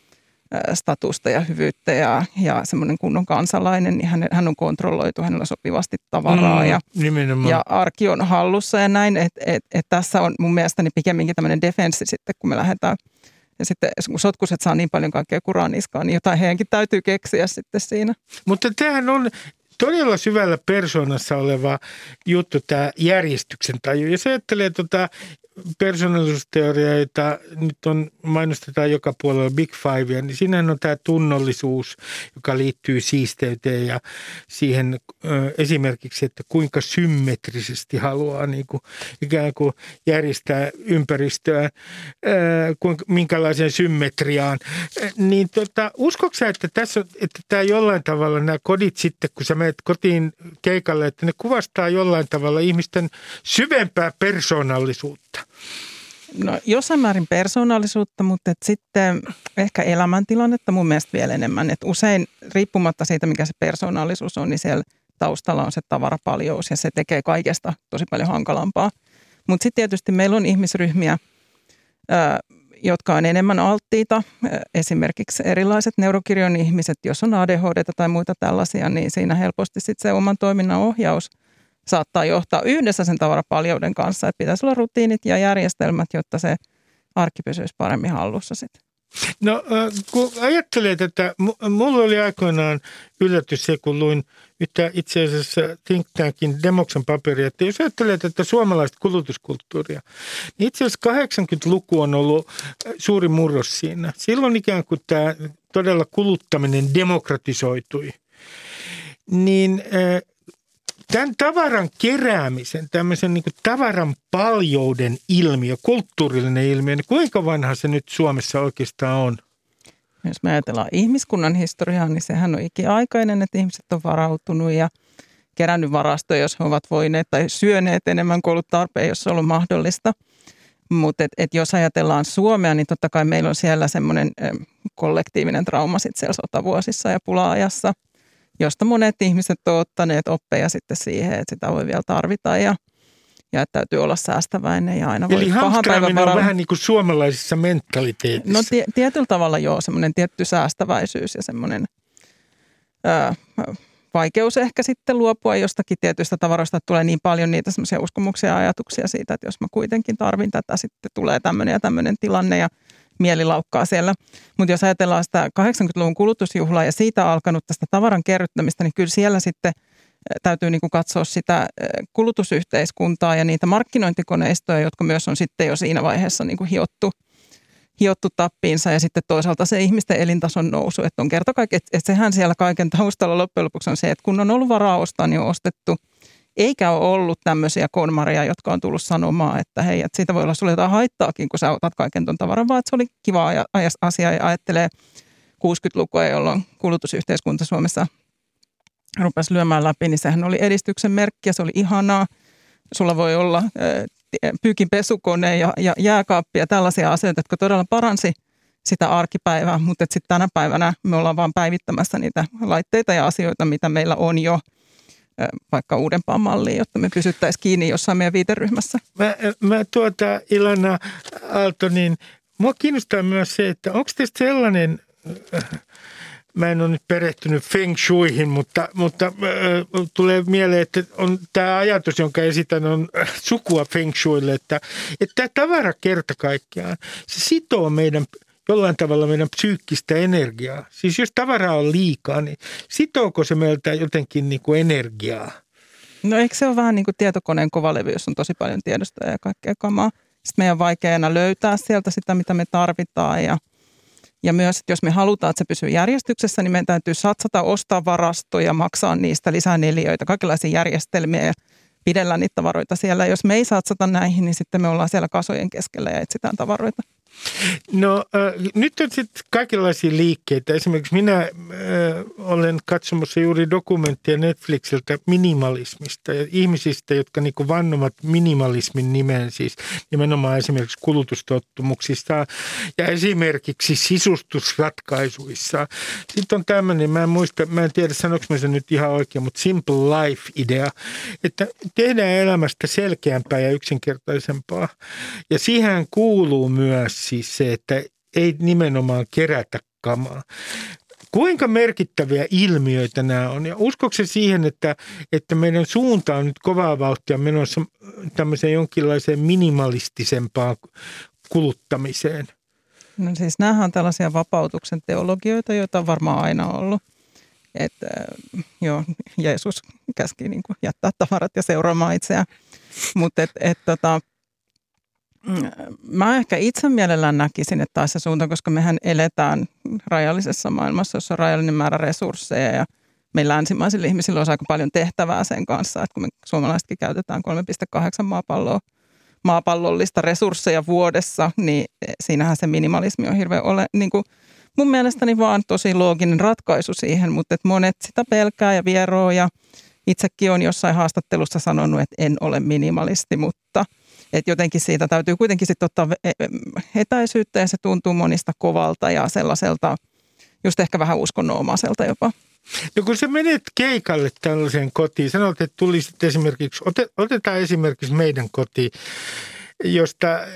statusta ja hyvyyttä ja, ja semmoinen kunnon kansalainen, niin hän, hän on kontrolloitu, hänellä on sopivasti tavaraa mm, ja, ja arki on hallussa ja näin, että et, et tässä on mun mielestäni pikemminkin tämmöinen defenssi sitten, kun me lähdetään ja sitten kun sotkuset saa niin paljon kaikkea kuraa niskaan, niin jotain heidänkin täytyy keksiä sitten siinä. Mutta tämähän on todella syvällä persoonassa oleva juttu, tämä järjestyksen taju. Jos ajattelee tuota persoonallisuusteoriaa, jota nyt on, mainostetaan joka puolella Big Fivea, niin siinähän on tämä tunnollisuus, joka liittyy siisteyteen ja siihen ö, esimerkiksi, että kuinka symmetrisesti haluaa niin kuin, ikään kuin järjestää ympäristöä, ö, kuinka, minkälaiseen symmetriaan. Ö, niin tota, uskotko sä, että tässä että tämä jollain tavalla nämä kodit sitten, kun sä menet kotiin keikalle, että ne kuvastaa jollain tavalla ihmisten syvempää persoonallisuutta? No jossain määrin persoonallisuutta, mutta et sitten ehkä elämäntilannetta mun mielestä vielä enemmän. Et usein riippumatta siitä, mikä se persoonallisuus on, niin siellä taustalla on se tavarapaljous ja se tekee kaikesta tosi paljon hankalampaa. Mutta sitten tietysti meillä on ihmisryhmiä, ää, jotka on enemmän alttiita. Esimerkiksi erilaiset neurokirjon ihmiset, jos on A D H D:tä tai muita tällaisia, niin siinä helposti sitten se oman toiminnan ohjaus saattaa johtaa yhdessä sen tavarapaljouden kanssa, että pitäisi olla rutiinit ja järjestelmät, jotta se arki pysyisi paremmin hallussa sitten. No kun ajattelee tätä, mulla oli aikoinaan yllätys se, kun luin yhtä itse asiassa Think Tankin Demoksen paperia, että jos ajattelee tätä suomalaista kulutuskulttuuria, niin itse asiassa kahdeksankymmentäluku on ollut suuri murros siinä. Silloin ikään kuin tämä todella kuluttaminen demokratisoitui, niin tämän tavaran keräämisen, tämmöisen niin kuin tavaran paljouden ilmiö, kulttuurillinen ilmiö, niin kuinka vanha se nyt Suomessa oikeastaan on? Jos me ajatellaan ihmiskunnan historiaa, niin sehän on ikiaikainen, että ihmiset on varautunut ja kerännyt varastoja, jos he ovat voineet tai syöneet enemmän kuin ollut tarpeen, jos se on ollut mahdollista. Mutta et, et jos ajatellaan Suomea, niin totta kai meillä on siellä semmoinen kollektiivinen trauma sitten siellä sotavuosissa ja pula-ajassa, josta monet ihmiset on ottaneet oppeja sitten siihen, että sitä voi vielä tarvita ja, ja että täytyy olla säästäväinen ja aina voi eli pahan päivän varalla. On vähän niin kuin suomalaisissa mentaliteetissa. No tie, tietyllä tavalla joo, semmoinen tietty säästäväisyys ja semmoinen ää, vaikeus ehkä sitten luopua jostakin tietyistä tavaroista, että tulee niin paljon niitä semmoisia uskomuksia ja ajatuksia siitä, että jos mä kuitenkin tarvin tätä, sitten tulee tämmöinen ja tämmöinen tilanne ja mieli laukkaa siellä. Mutta jos ajatellaan sitä kahdeksankymmentäluvun kulutusjuhlaa ja siitä alkanut tästä tavaran kerryttämistä, niin kyllä siellä sitten täytyy niinku katsoa sitä kulutusyhteiskuntaa ja niitä markkinointikoneistoja, jotka myös on sitten jo siinä vaiheessa niinku hiottu, hiottu tappiinsa ja sitten toisaalta se ihmisten elintason nousu, että on kerta kaikki, että sehän siellä kaiken taustalla loppujen lopuksi on se, että kun on ollut varaa ostaa, niin on ostettu. Eikä ole ollut tämmöisiä konmaria, jotka on tullut sanomaan, että hei, että siitä voi olla sulle jotain haittaakin, kun sä otat kaiken ton tavaran, vaan että se oli kiva asia ja ajattelee kuusikymmentälukua, jolloin kulutusyhteiskunta Suomessa rupesi lyömään läpi, niin sehän oli edistyksen merkki ja se oli ihanaa. Sulla voi olla pyykin pesukone ja, ja jääkaappi ja tällaisia asioita, jotka todella paransi sitä arkipäivää, mutta sitten tänä päivänä me ollaan vaan päivittämässä niitä laitteita ja asioita, mitä meillä on jo vaikka uudempaan malliin, jotta me pysyttäisiin kiinni jossain meidän viiteryhmässä. Mä, mä tuota Ilona Aalto, niin mua kiinnostaa myös se, että onko teistä sellainen, mä en ole nyt perehtynyt feng shuihin, mutta, mutta äh, tulee mieleen, että on tämä ajatus, jonka esitän, on sukua feng shuille, että, että tämä tavara kerta kaikkiaan, se sitoo meidän jollain tavalla meidän psyykkistä energiaa. Siis jos tavaraa on liikaa, niin sitooko se meiltä jotenkin niin kuin energiaa? No eikö se ole vähän niin kuin tietokoneen kovalevy, jos on tosi paljon tiedostoja ja kaikkea kamaa. Sitten meidän on vaikea aina löytää sieltä sitä, mitä me tarvitaan. Ja, ja myös, että jos me halutaan, että se pysyy järjestyksessä, niin meidän täytyy satsata, ostaa varastoja, maksaa niistä lisää neliöitä, kaikenlaisia järjestelmiä ja pidellä niitä tavaroita siellä. Jos me ei satsata näihin, niin sitten me ollaan siellä kasojen keskellä ja etsitään tavaroita. No äh, nyt on sitten kaikenlaisia liikkeitä. Esimerkiksi minä äh, olen katsomassa juuri dokumenttia Netflixiltä minimalismista ja ihmisistä, jotka niinku vannomat minimalismin nimeen, siis nimenomaan esimerkiksi kulutustottumuksissa ja esimerkiksi sisustusratkaisuissa. Sitten on tämmöinen, mä en muista, mä en tiedä sanoinko mä sen nyt ihan oikein, mutta Simple Life-idea, että tehdään elämästä selkeämpää ja yksinkertaisempaa. Ja siihen kuuluu myös siis se, että ei nimenomaan kerätä kamaa. Kuinka merkittäviä ilmiöitä nämä on? Ja uskoiko se siihen, että, että meidän suunta on nyt kovaa vauhtia menossa tämmöiseen jonkinlaiseen minimalistisempaan kuluttamiseen? No siis nämähän on tällaisia vapautuksen teologioita, joita on varmaan aina ollut. Että joo, Jeesus käski niin kuin jättää tavarat ja seuraamaan itseään. Mutta et, et, tota, mä ehkä itse mielellään näkisin, että taas se suunta, koska mehän eletään rajallisessa maailmassa, jossa on rajallinen määrä resursseja ja meillä länsimaisilla ihmisillä on aika paljon tehtävää sen kanssa, että kun me suomalaisetkin käytetään kolme pilkku kahdeksan maapalloa, maapallollista resursseja vuodessa, niin siinähän se minimalismi on hirveän ole, niin kuin mun mielestäni vaan tosi looginen ratkaisu siihen, mutta että monet sitä pelkää ja vieroo ja itsekin on jossain haastattelussa sanonut, että en ole minimalisti, mutta että jotenkin siitä täytyy kuitenkin sitten ottaa etäisyyttä ja se tuntuu monista kovalta ja sellaiselta just ehkä vähän uskonnomaiselta jopa. No kun sä menet keikalle tällaiseen kotiin, sanot, että tulisit esimerkiksi, otetaan esimerkiksi meidän kotiin, josta äh,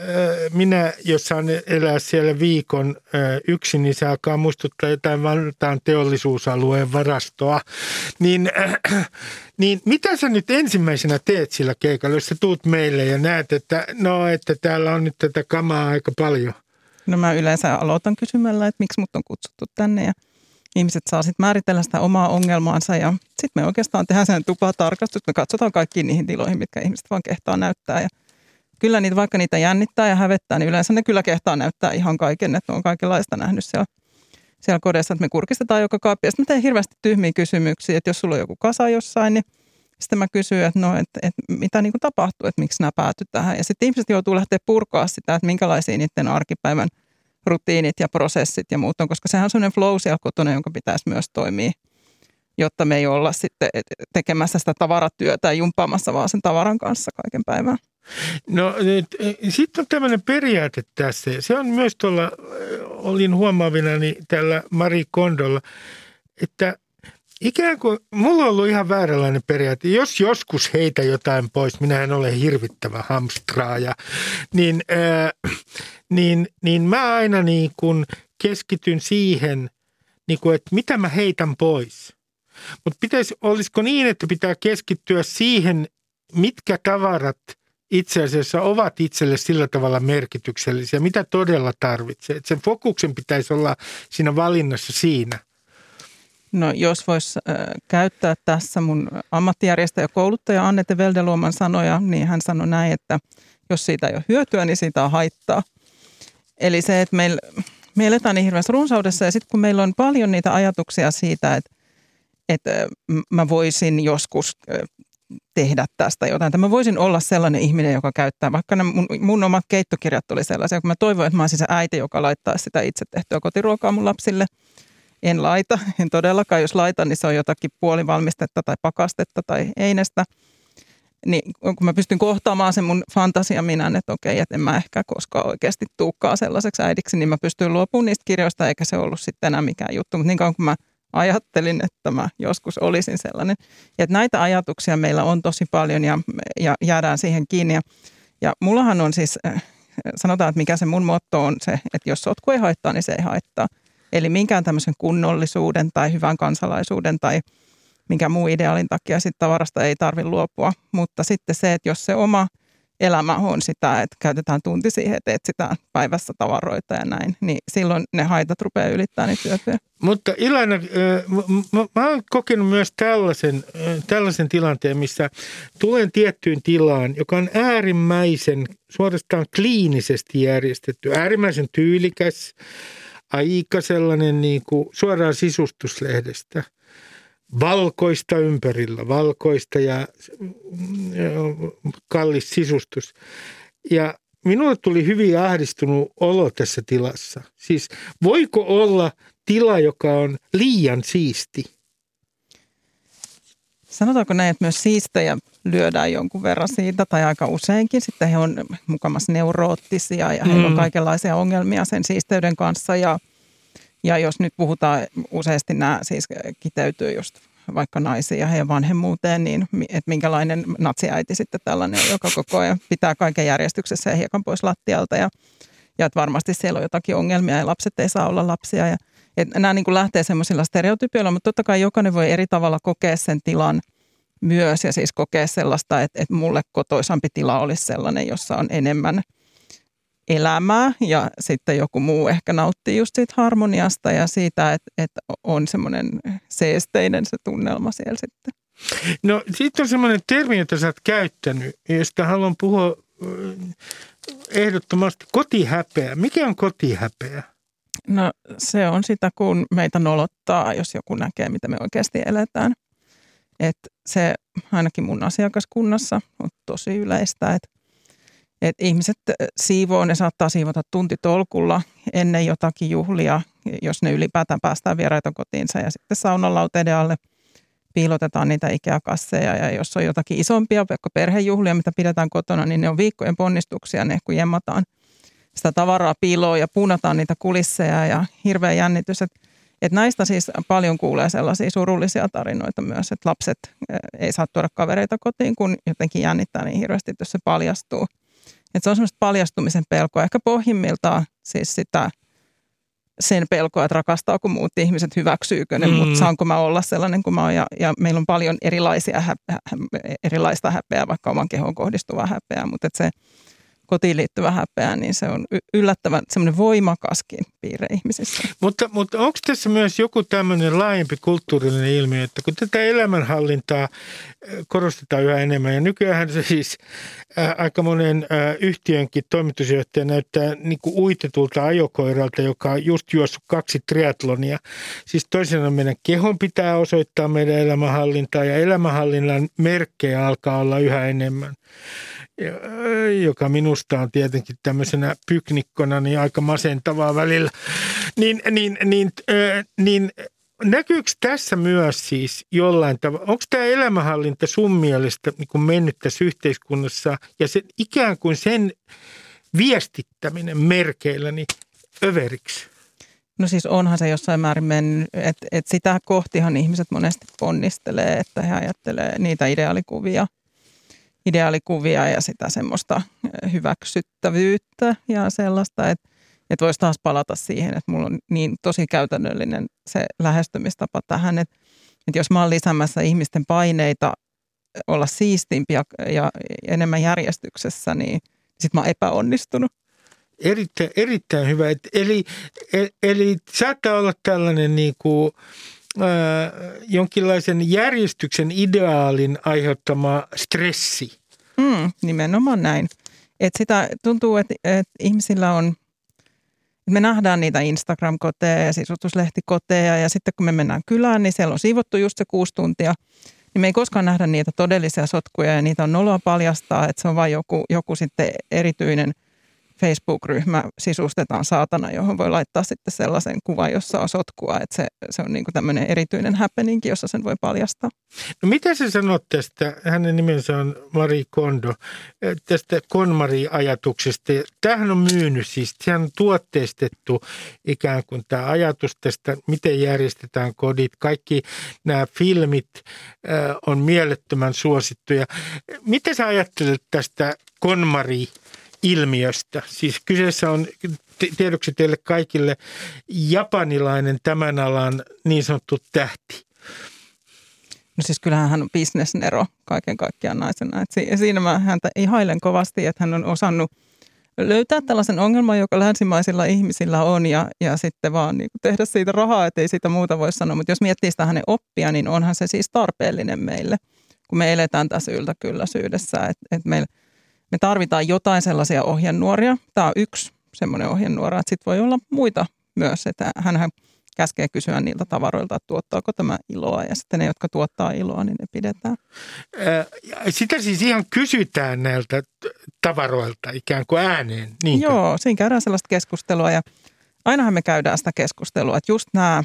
minä, jos saan elää siellä viikon äh, yksin, niin se alkaa muistuttaa jotain Vantaan teollisuusalueen varastoa. Niin, äh, niin mitä sä nyt ensimmäisenä teet sillä keikalla, jos sä tuut meille ja näet, että no, että täällä on nyt tätä kamaa aika paljon? No mä yleensä aloitan kysymällä, että miksi mut on kutsuttu tänne ja ihmiset saa sitten määritellä sitä omaa ongelmaansa ja sitten me oikeastaan tehdään sen tupatarkastus. Me katsotaan kaikkiin niihin tiloihin, mitkä ihmiset vaan kehtaa näyttää ja kyllä niitä, vaikka niitä jännittää ja hävettää, niin yleensä ne kyllä kehtaa näyttää ihan kaiken, että on kaikenlaista nähnyt siellä, siellä kodissa, että me kurkistetaan joka kaappi. Ja sitten mä teen hirveästi tyhmiä kysymyksiä, että jos sulla on joku kasa jossain, niin sitten mä kysyn, että no, että, että mitä niin kuin tapahtuu, että miksi nämä päätyy tähän. Ja sitten ihmiset joutuu lähteä purkaa sitä, että minkälaisia niiden arkipäivän rutiinit ja prosessit ja muut on, koska sehän on sellainen flow siellä kotona, jonka pitäisi myös toimia, jotta me ei olla sitten tekemässä sitä tavaratyötä ja jumppaamassa vaan sen tavaran kanssa kaiken päivän. No sitten on tämmöinen periaate tässä. Se on myös tuolla, olin huomaavinani tällä Marie Kondolla, että ikään kuin mulla on ollut ihan vääränlainen periaate. Jos joskus heitä jotain pois, minä en ole hirvittävä hamstraaja, niin, äh, niin, niin mä aina niin kuin keskityn siihen, niin kuin, että mitä mä heitän pois. Mutta pitäisi, olisiko niin, että pitää keskittyä siihen, mitkä tavarat itse asiassa ovat itselle sillä tavalla merkityksellisiä, mitä todella tarvitsee. Että sen fokuksen pitäisi olla siinä valinnassa siinä. No jos voisi äh, käyttää tässä mun ammattijärjestäjä kouluttaja Annette Veldeluoman sanoja, niin hän sanoi näin, että jos siitä ei ole hyötyä, niin siitä on haittaa. Eli se, että meillä, me eletään niin hirveässä runsaudessa ja sitten kun meillä on paljon niitä ajatuksia siitä, että, että mä voisin joskus tehdä tästä jotain. Että mä voisin olla sellainen ihminen, joka käyttää, vaikka ne mun, mun omat keittokirjat oli sellaisia, kun mä toivoin, että mä olisin se äiti, joka laittaa sitä itse tehtyä kotiruokaa mun lapsille. En laita, en todellakaan. Jos laitan, niin se on jotakin puolivalmistetta tai pakastetta tai einestä. niin kun mä pystyn kohtaamaan sen mun fantasiaminän, että okei, että en mä ehkä koskaan oikeasti tuukkaa sellaiseksi äidiksi, niin mä pystyn luopumaan niistä kirjoista, eikä se ollut sitten enää mikään juttu. Mutta niin kauan kun mä ajattelin, että mä joskus olisin sellainen. Ja että näitä ajatuksia meillä on tosi paljon ja, ja jäädään siihen kiinni. Ja, ja mullahan on siis, sanotaan, että mikä se mun motto on se, että jos sotku ei haittaa, niin se ei haittaa. Eli minkään tämmöisen kunnollisuuden tai hyvän kansalaisuuden tai minkä muu ideaalin takia sitten tavarasta ei tarvitse luopua. Mutta sitten se, että jos se oma elämä on sitä, että käytetään tunti siihen, että etsitään päivässä tavaroita ja näin, niin silloin ne haitat rupeaa ylittämään niitä hyötyjä. Mutta Ilana, mä, mä oon kokenut myös tällaisen, tällaisen tilanteen, missä tulen tiettyyn tilaan, joka on äärimmäisen, suorastaan kliinisesti järjestetty, äärimmäisen tyylikäs, aika sellainen niin kuin suoraan sisustuslehdestä. Valkoista ympärillä, valkoista ja kallis sisustus. Ja minulle tuli hyvin ahdistunut olo tässä tilassa. Siis voiko olla tila, joka on liian siisti? Sanotaanko näin, että myös siistejä lyödään jonkun verran siitä tai aika useinkin. Sitten he on mukamas neuroottisia ja heillä on kaikenlaisia ongelmia sen siisteyden kanssa. Ja, ja jos nyt puhutaan, useasti nämä siis kiteytyy just vaikka naisiin ja heidän vanhemmuuteen, niin että minkälainen natsiäiti sitten tällainen on, joka koko ajan pitää kaiken järjestyksessä ja hiekan pois lattialta. Ja, ja että varmasti siellä on jotakin ongelmia ja lapset ei saa olla lapsia. Ja, että nämä niin kuin lähtee semmoisilla stereotypioilla, mutta totta kai jokainen voi eri tavalla kokea sen tilan myös ja siis kokea sellaista, että, että mulle kotoisampi tila olisi sellainen, jossa on enemmän elämää ja sitten joku muu ehkä nauttii just siitä harmoniasta ja siitä, että, että on semmoinen seesteinen se tunnelma siellä sitten. No sitten on semmoinen termi, jota sä oot käyttänyt, josta haluan puhua ehdottomasti, kotihäpeä. Mikä on kotihäpeä? No se on sitä, kun meitä nolottaa, jos joku näkee, mitä me oikeasti eletään. Että se ainakin mun asiakaskunnassa on tosi yleistä, että että ihmiset siivoo, ne saattaa siivota tuntitolkulla ennen jotakin juhlia, jos ne ylipäätään päästään vieraita kotiinsa. Ja sitten saunalauteiden alle piilotetaan niitä Ikea-kasseja. Ja jos on jotakin isompia, vaikka perhejuhlia, mitä pidetään kotona, niin ne on viikkojen ponnistuksia, ne kun jemmataan sitä tavaraa piiloon ja puunataan niitä kulisseja ja hirveä jännitys. Että et näistä siis paljon kuulee sellaisia surullisia tarinoita myös, että lapset ei saa tuoda kavereita kotiin, kun jotenkin jännittää niin hirveästi, jos se paljastuu. Että se on semmoista paljastumisen pelkoa, ehkä pohjimmiltaan siis sitä sen pelkoa, että rakastaako muut ihmiset, hyväksyykö ne, mm. mutta saanko mä olla sellainen kuin mä oon. Ja, ja meillä on paljon erilaisia häpeä, erilaista häpeää, vaikka oman kehoon kohdistuvaa häpeää, mutta että se kotiin liittyvä häpeä, niin se on yllättävän semmoinen voimakaskin piirre ihmisissä. Mutta, mutta onko tässä myös joku tämmöinen laajempi kulttuurillinen ilmiö, että kun tätä elämänhallintaa korostetaan yhä enemmän, ja nykyään se siis ää, aika monen ää, yhtiönkin toimitusjohtaja näyttää niin kuin uitetulta ajokoiralta, joka on just juossut kaksi triathlonia. Siis toisena meidän kehon pitää osoittaa meidän elämänhallintaa, ja elämänhallinnan merkkejä alkaa olla yhä enemmän. Joka minusta on tietenkin tämmöisenä pyknikkona niin aika masentavaa välillä, niin, niin, niin, äh, niin näkyykö tässä myös siis jollain tavalla, onko tämä elämänhallinta sun mielestä niin kuin mennyt tässä yhteiskunnassa ja se, ikään kuin sen viestittäminen merkeillä niin överiksi? No siis onhan se jossain määrin mennyt, että, että sitä kohtihan ihmiset monesti ponnistelee, että he ajattelee niitä ideaalikuvia. ideaalikuvia ja sitä semmoista hyväksyttävyyttä ja sellaista, että, että voisi taas palata siihen, että mulla on niin tosi käytännöllinen se lähestymistapa tähän, että, että jos mä oon lisäämässä ihmisten paineita olla siistimpiä ja enemmän järjestyksessä, niin sit mä oon epäonnistunut. Erittäin, erittäin hyvä. Eli, eli saattaa olla tällainen niin kuin Äh, jonkinlaisen järjestyksen ideaalin aiheuttama stressi. Mm, nimenomaan näin. Et sitä tuntuu, että et ihmisillä on, et me nähdään niitä Instagram-koteja ja sisustuslehti-koteja ja sitten kun me mennään kylään, niin siellä on siivottu just se kuusi tuntia. Niin me ei koskaan nähdä niitä todellisia sotkuja ja niitä on noloa paljastaa, että se on vain joku, joku sitten erityinen Facebook-ryhmä sisustetaan saatana, johon voi laittaa sitten sellaisen kuvan, jossa on sotkua, että se, se on niin kuin tämmöinen erityinen happening, jossa sen voi paljastaa. No mitä sä sanot tästä, hänen nimensä on Marie Kondo, tästä KonMari-ajatuksesta. Tämähän on myynyt siis, sehän on tuotteistettu ikään kuin tämä ajatus tästä, miten järjestetään kodit. Kaikki nämä filmit äh, on mielettömän suosittuja. Mitä sä ajattelet tästä KonMari-ilmiöstä? Siis kyseessä on tiedoksi teille kaikille japanilainen tämän alan niin sanottu tähti. No siis kyllähän hän on bisnesnero kaiken kaikkiaan naisena. Et siinä mä häntä ihailen kovasti, että hän on osannut löytää tällaisen ongelman, joka länsimaisilla ihmisillä on ja, ja sitten vaan niin tehdä siitä rahaa, ettei siitä muuta voi sanoa. Mutta jos miettii sitä hänen oppia, niin onhan se siis tarpeellinen meille, kun me eletään tässä yltäkylläisyydessä. Että et meillä Me tarvitaan jotain sellaisia ohjenuoria. Tämä on yksi semmoinen ohjenuora, että sitten voi olla muita myös. Että hänhän käskee kysyä niiltä tavaroilta, että tuottaako tämä iloa. Ja sitten ne, jotka tuottaa iloa, niin ne pidetään. Sitä siis ihan kysytään näiltä tavaroilta ikään kuin ääneen. Niinkö? Joo, siinä käydään sellaista keskustelua ja ainahan me käydään sitä keskustelua, että just nämä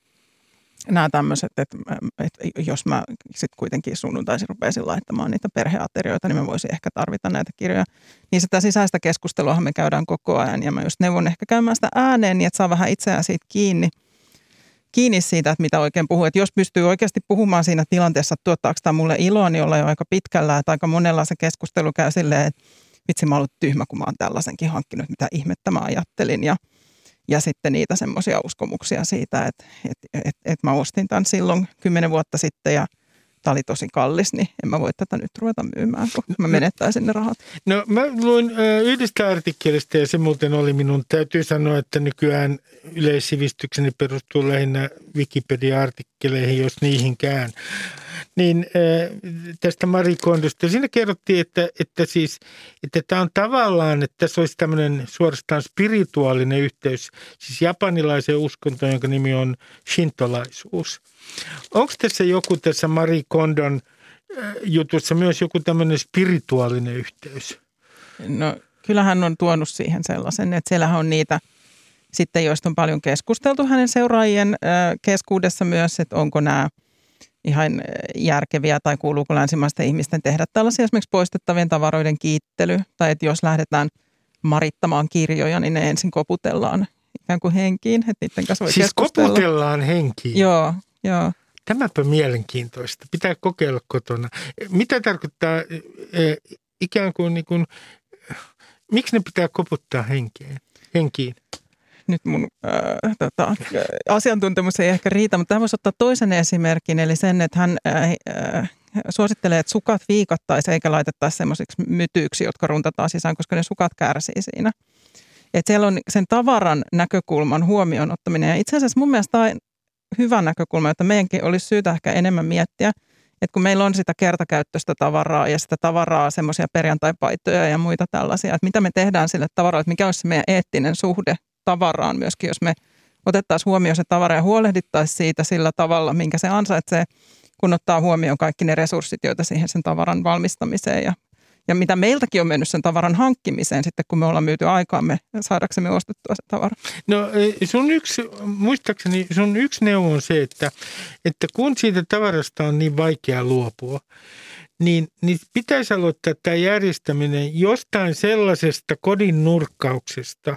nämä tämmöiset, että, että jos mä sitten kuitenkin sunnuntaisin rupeisin laittamaan niitä perheaterioita, niin mä voisin ehkä tarvita näitä kirjoja. Niin sitä sisäistä keskusteluahan me käydään koko ajan ja mä just neuvon ehkä käymään sitä ääneen niin, että saa vähän itseään siitä kiinni, kiinni siitä, että mitä oikein puhuu. Että jos pystyy oikeasti puhumaan siinä tilanteessa, että tuottaako tämä mulle iloa, niin ollaan jo aika pitkällä. Että aika monella se keskustelu käy silleen, että vitsi mä oon ollut tyhmä, kun mä oon tällaisenkin hankkinut, mitä ihmettä mä ajattelin ja Ja sitten niitä semmoisia uskomuksia siitä, että, että, että, että mä ostin tämän silloin kymmenen vuotta sitten ja tämä oli tosi kallis, niin en mä voi tätä nyt ruveta myymään, kun mä menettäisin ne rahat. No mä luin yhdestä artikkelista ja se muuten oli minun, täytyy sanoa, että nykyään yleissivistykseni perustuu lähinnä Wikipedia-artikkeleihin, jos niihinkään. Niin tästä Marie Kondosta. Siinä kerrottiin, että, että, siis, että tämä on tavallaan, että tässä olisi tämmöinen suorastaan spirituaalinen yhteys, siis japanilaiseen uskontoon, jonka nimi on shintolaisuus. Onko tässä joku tässä Marie Kondon jutussa myös joku tämmöinen spirituaalinen yhteys? No kyllähän on tuonut siihen sellaisen, että siellähän on niitä sitten, joista on paljon keskusteltu hänen seuraajien keskuudessa myös, että onko nämä ihan järkeviä tai kuuluuko länsimaisten ihmisten tehdä tällaisia esimerkiksi poistettavien tavaroiden kiittely. Tai että jos lähdetään marittamaan kirjoja, niin ne ensin koputellaan ikään kuin henkiin. Että niiden kanssa voi siis keskustella. koputellaan henkiin? Joo, joo. Tämäpä mielenkiintoista. Pitää kokeilla kotona. Mitä tarkoittaa eh, ikään kuin, niin kuin, miksi ne pitää koputtaa henkeen, henkiin? Nyt mun äh, tota, asiantuntemus ei ehkä riitä, mutta tämä voisi ottaa toisen esimerkin, eli sen, että hän äh, äh, suosittelee, että sukat viikattaisiin eikä laitettaisi semmoisiksi mytyiksi, jotka runtataan sisään, koska ne sukat kärsii siinä. Et siellä on sen tavaran näkökulman huomioon ottaminen, ja itse asiassa mun mielestä tämä on hyvä näkökulma, että meidänkin olisi syytä ehkä enemmän miettiä, että kun meillä on sitä kertakäyttöistä tavaraa ja sitä tavaraa, semmoisia perjantaipaitoja ja muita tällaisia, että mitä me tehdään sille tavaralle, että mikä olisi se meidän eettinen suhde tavaraan myöskin, jos me otettaisiin huomioon se tavara ja huolehdittaisiin siitä sillä tavalla, minkä se ansaitsee, kun ottaa huomioon kaikki ne resurssit, joita siihen sen tavaran valmistamiseen ja, ja mitä meiltäkin on mennyt sen tavaran hankkimiseen sitten, kun me ollaan myyty aikaamme saadaksemme ostettua se tavara. No sun yksi, muistaakseni sun yksi neuvo on se, että, että kun siitä tavarasta on niin vaikea luopua, niin, niin pitäisi aloittaa tämä järjestäminen jostain sellaisesta kodin nurkkauksesta,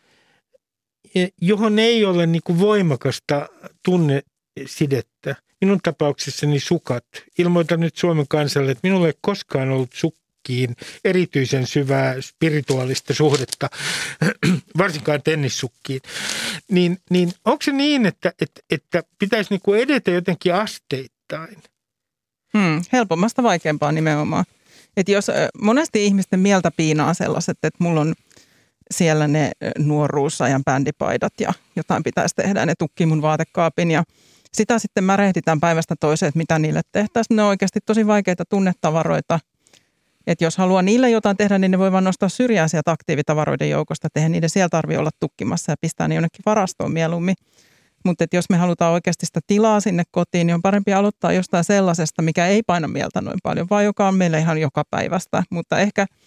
johon ei ole niin kuin voimakasta tunnesidettä. Minun tapauksessani sukat. Ilmoitan nyt Suomen kansalle, että minulla ei koskaan ollut sukkiin erityisen syvää spirituaalista suhdetta, varsinkaan tennissukkiin. Niin, niin onko se niin, että, että, että pitäisi niin kuin edetä jotenkin asteittain? Hmm, helpommasta vaikeampaa nimenomaan. Että jos monesti ihmisten mieltä piinaa sellaiset, että mulla on siellä ne nuoruusajan bändipaidat ja jotain pitäisi tehdä. Ne tukkii mun vaatekaapin ja sitä sitten märehditään päivästä toiseen, että mitä niille tehtäisiin. Ne on oikeasti tosi vaikeita tunnetavaroita. Että jos haluaa niille jotain tehdä, niin ne voi vaan nostaa syrjään sieltä aktiivitavaroiden joukosta. Tehdä niiden siellä tarvitse olla tukkimassa ja pistää ne jonnekin varastoon mieluummin. Mutta jos me halutaan oikeasti sitä tilaa sinne kotiin, niin on parempi aloittaa jostain sellaisesta, mikä ei paina mieltä noin paljon, vaan joka on meille ihan joka päivästä. Mutta ehkä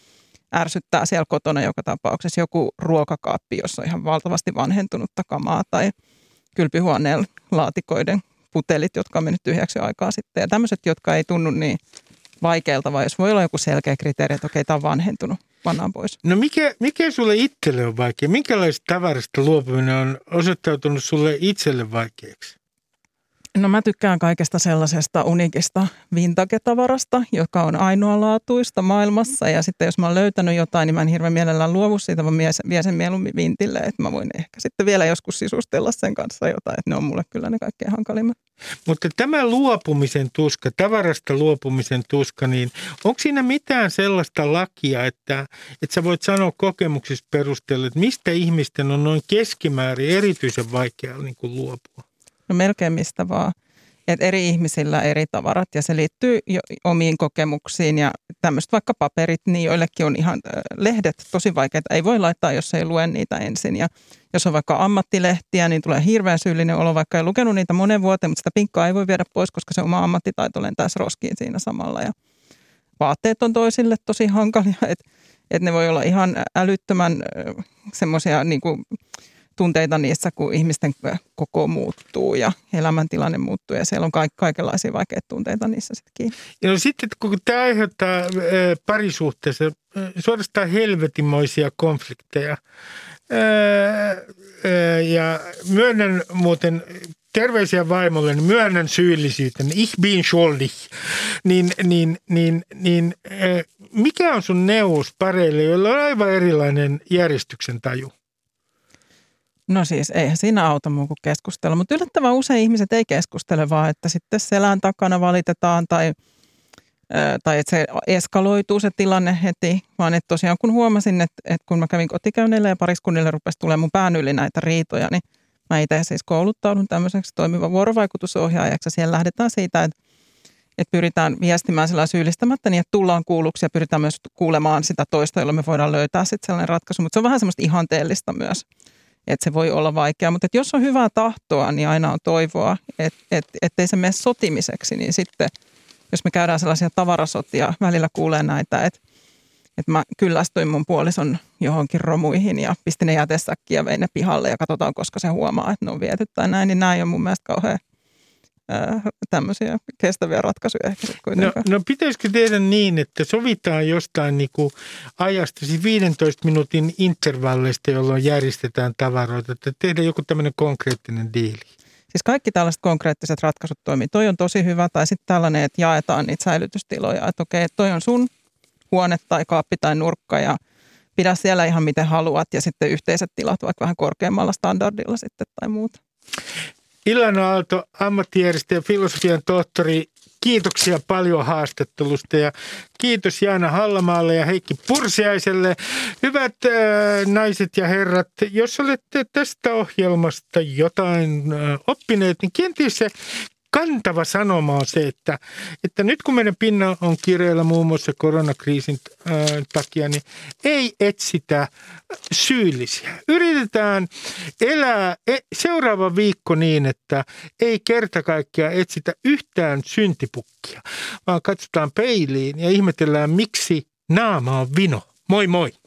ärsyttää siellä kotona joka tapauksessa. Joku ruokakaappi, jossa on ihan valtavasti vanhentunutta kamaa tai kylpyhuoneen laatikoiden putelit, jotka on mennyt tyhjäksi jo aikaa sitten. Ja tämmöiset, jotka ei tunnu niin vaikealta, vai jos voi olla joku selkeä kriteeri, että okei, tämä on vanhentunut, pannaan pois. No mikä, mikä sulle itselle on vaikea? Minkälaista tavarasta luopuminen on osoittautunut sulle itselle vaikeaksi? No mä tykkään kaikesta sellaisesta unikista vintage-tavarasta, joka on ainoalaatuista maailmassa. Ja sitten jos mä oon löytänyt jotain, niin mä en hirveän mielellään luovu siitä, vaan vie sen mieluummin vintille. Että mä voin ehkä sitten vielä joskus sisustella sen kanssa jotain. Että ne on mulle kyllä ne kaikkein hankalimmat. Mutta tämä luopumisen tuska, tavarasta luopumisen tuska, niin onko siinä mitään sellaista lakia, että, että sä voit sanoa kokemuksista perusteella, että mistä ihmisten on noin keskimäärin erityisen vaikea niin kuin luopua? No melkein mistä vaan. Että eri ihmisillä eri tavarat ja se liittyy jo omiin kokemuksiin ja tämmöistä vaikka paperit, niin joillekin on ihan äh, lehdet tosi vaikeita. Ei voi laittaa, jos ei lue niitä ensin. Ja jos on vaikka ammattilehtiä, niin tulee hirveän syyllinen olo, vaikka ei lukenut niitä monen vuoteen, mutta sitä pinkkaa ei voi viedä pois, koska se oma ammattitaito lentäisi roskiin siinä samalla. Ja vaatteet on toisille tosi hankalia, että et ne voi olla ihan älyttömän äh, semmoisia niin kuin tunteita niissä, kun ihmisten koko muuttuu ja elämäntilanne muuttuu ja siellä on ka- kaikenlaisia vaikeita tunteita niissä sittenkin. Ja no sitten, kun tämä aiheuttaa ää, parisuhteessa ää, suorastaan helvetimoisia konflikteja ää, ää, ja myönnän muuten terveisiä vaimolle, niin myönnän syyllisyyteni, ich bin schuldig, niin, niin, niin, niin ää, mikä on sun neuvos pareille, joilla on aivan erilainen järjestyksen taju? No siis eihän siinä auta muu kuin keskustella, mutta yllättävän usein ihmiset ei keskustele, vaan että sitten selän takana valitetaan tai, tai että se eskaloituu se tilanne heti, vaan että tosiaan kun huomasin, että, että kun mä kävin kotikäynneille ja pariskunnille rupesi tulemaan mun pään yli näitä riitoja, niin mä itse siis kouluttaudun tämmöiseksi toimivan vuorovaikutusohjaajaksi ja siellä lähdetään siitä, että, että pyritään viestimään sillä syyllistämättä niin, että tullaan kuulluksi ja pyritään myös kuulemaan sitä toista, jolla me voidaan löytää sitten sellainen ratkaisu, mutta se on vähän semmoista ihanteellista myös. Että se voi olla vaikeaa, mutta jos on hyvää tahtoa, niin aina on toivoa, että et, ettei se mene sotimiseksi, niin sitten jos me käydään sellaisia tavarasotia, välillä kuulee näitä, että et mä kyllästyin mun puolison johonkin romuihin ja pistin ne jätesäkkiin ja vein ne pihalle ja katsotaan, koska se huomaa, että ne on viety tai näin, niin nämä ei ole mun mielestä kauhean ää, tämmöisiä kestäviä ratkaisuja ehkä sitten kuitenkaan. No, no pitäisikö tehdä niin, että sovitaan jostain niin kuin ajasta, siis viidentoista minuutin intervalleista, jolloin järjestetään tavaroita, että tehdään joku tämmöinen konkreettinen diili? Siis kaikki tällaiset konkreettiset ratkaisut toimii. Toi on tosi hyvä, tai sitten tällainen, että jaetaan niitä säilytystiloja, että okei, toi on sun huone tai kaappi tai nurkka ja pidä siellä ihan miten haluat ja sitten yhteiset tilat vaikka vähän korkeammalla standardilla sitten tai muuta. Ilana Aalto, ammattijärjestäjä, filosofian tohtori, kiitoksia paljon haastattelusta ja kiitos Jaana Hallamaalle ja Heikki Pursiaiselle. Hyvät äh, naiset ja herrat, jos olette tästä ohjelmasta jotain äh, oppineet, niin kenties se kantava sanoma on se, että, että nyt kun meidän pinna on kireellä muun muassa koronakriisin ää, takia, niin ei etsitä syyllisiä. Yritetään elää seuraava viikko niin, että ei kerta kaikkiaan etsitä yhtään syntipukkia, vaan katsotaan peiliin ja ihmetellään, miksi naama on vino. Moi moi!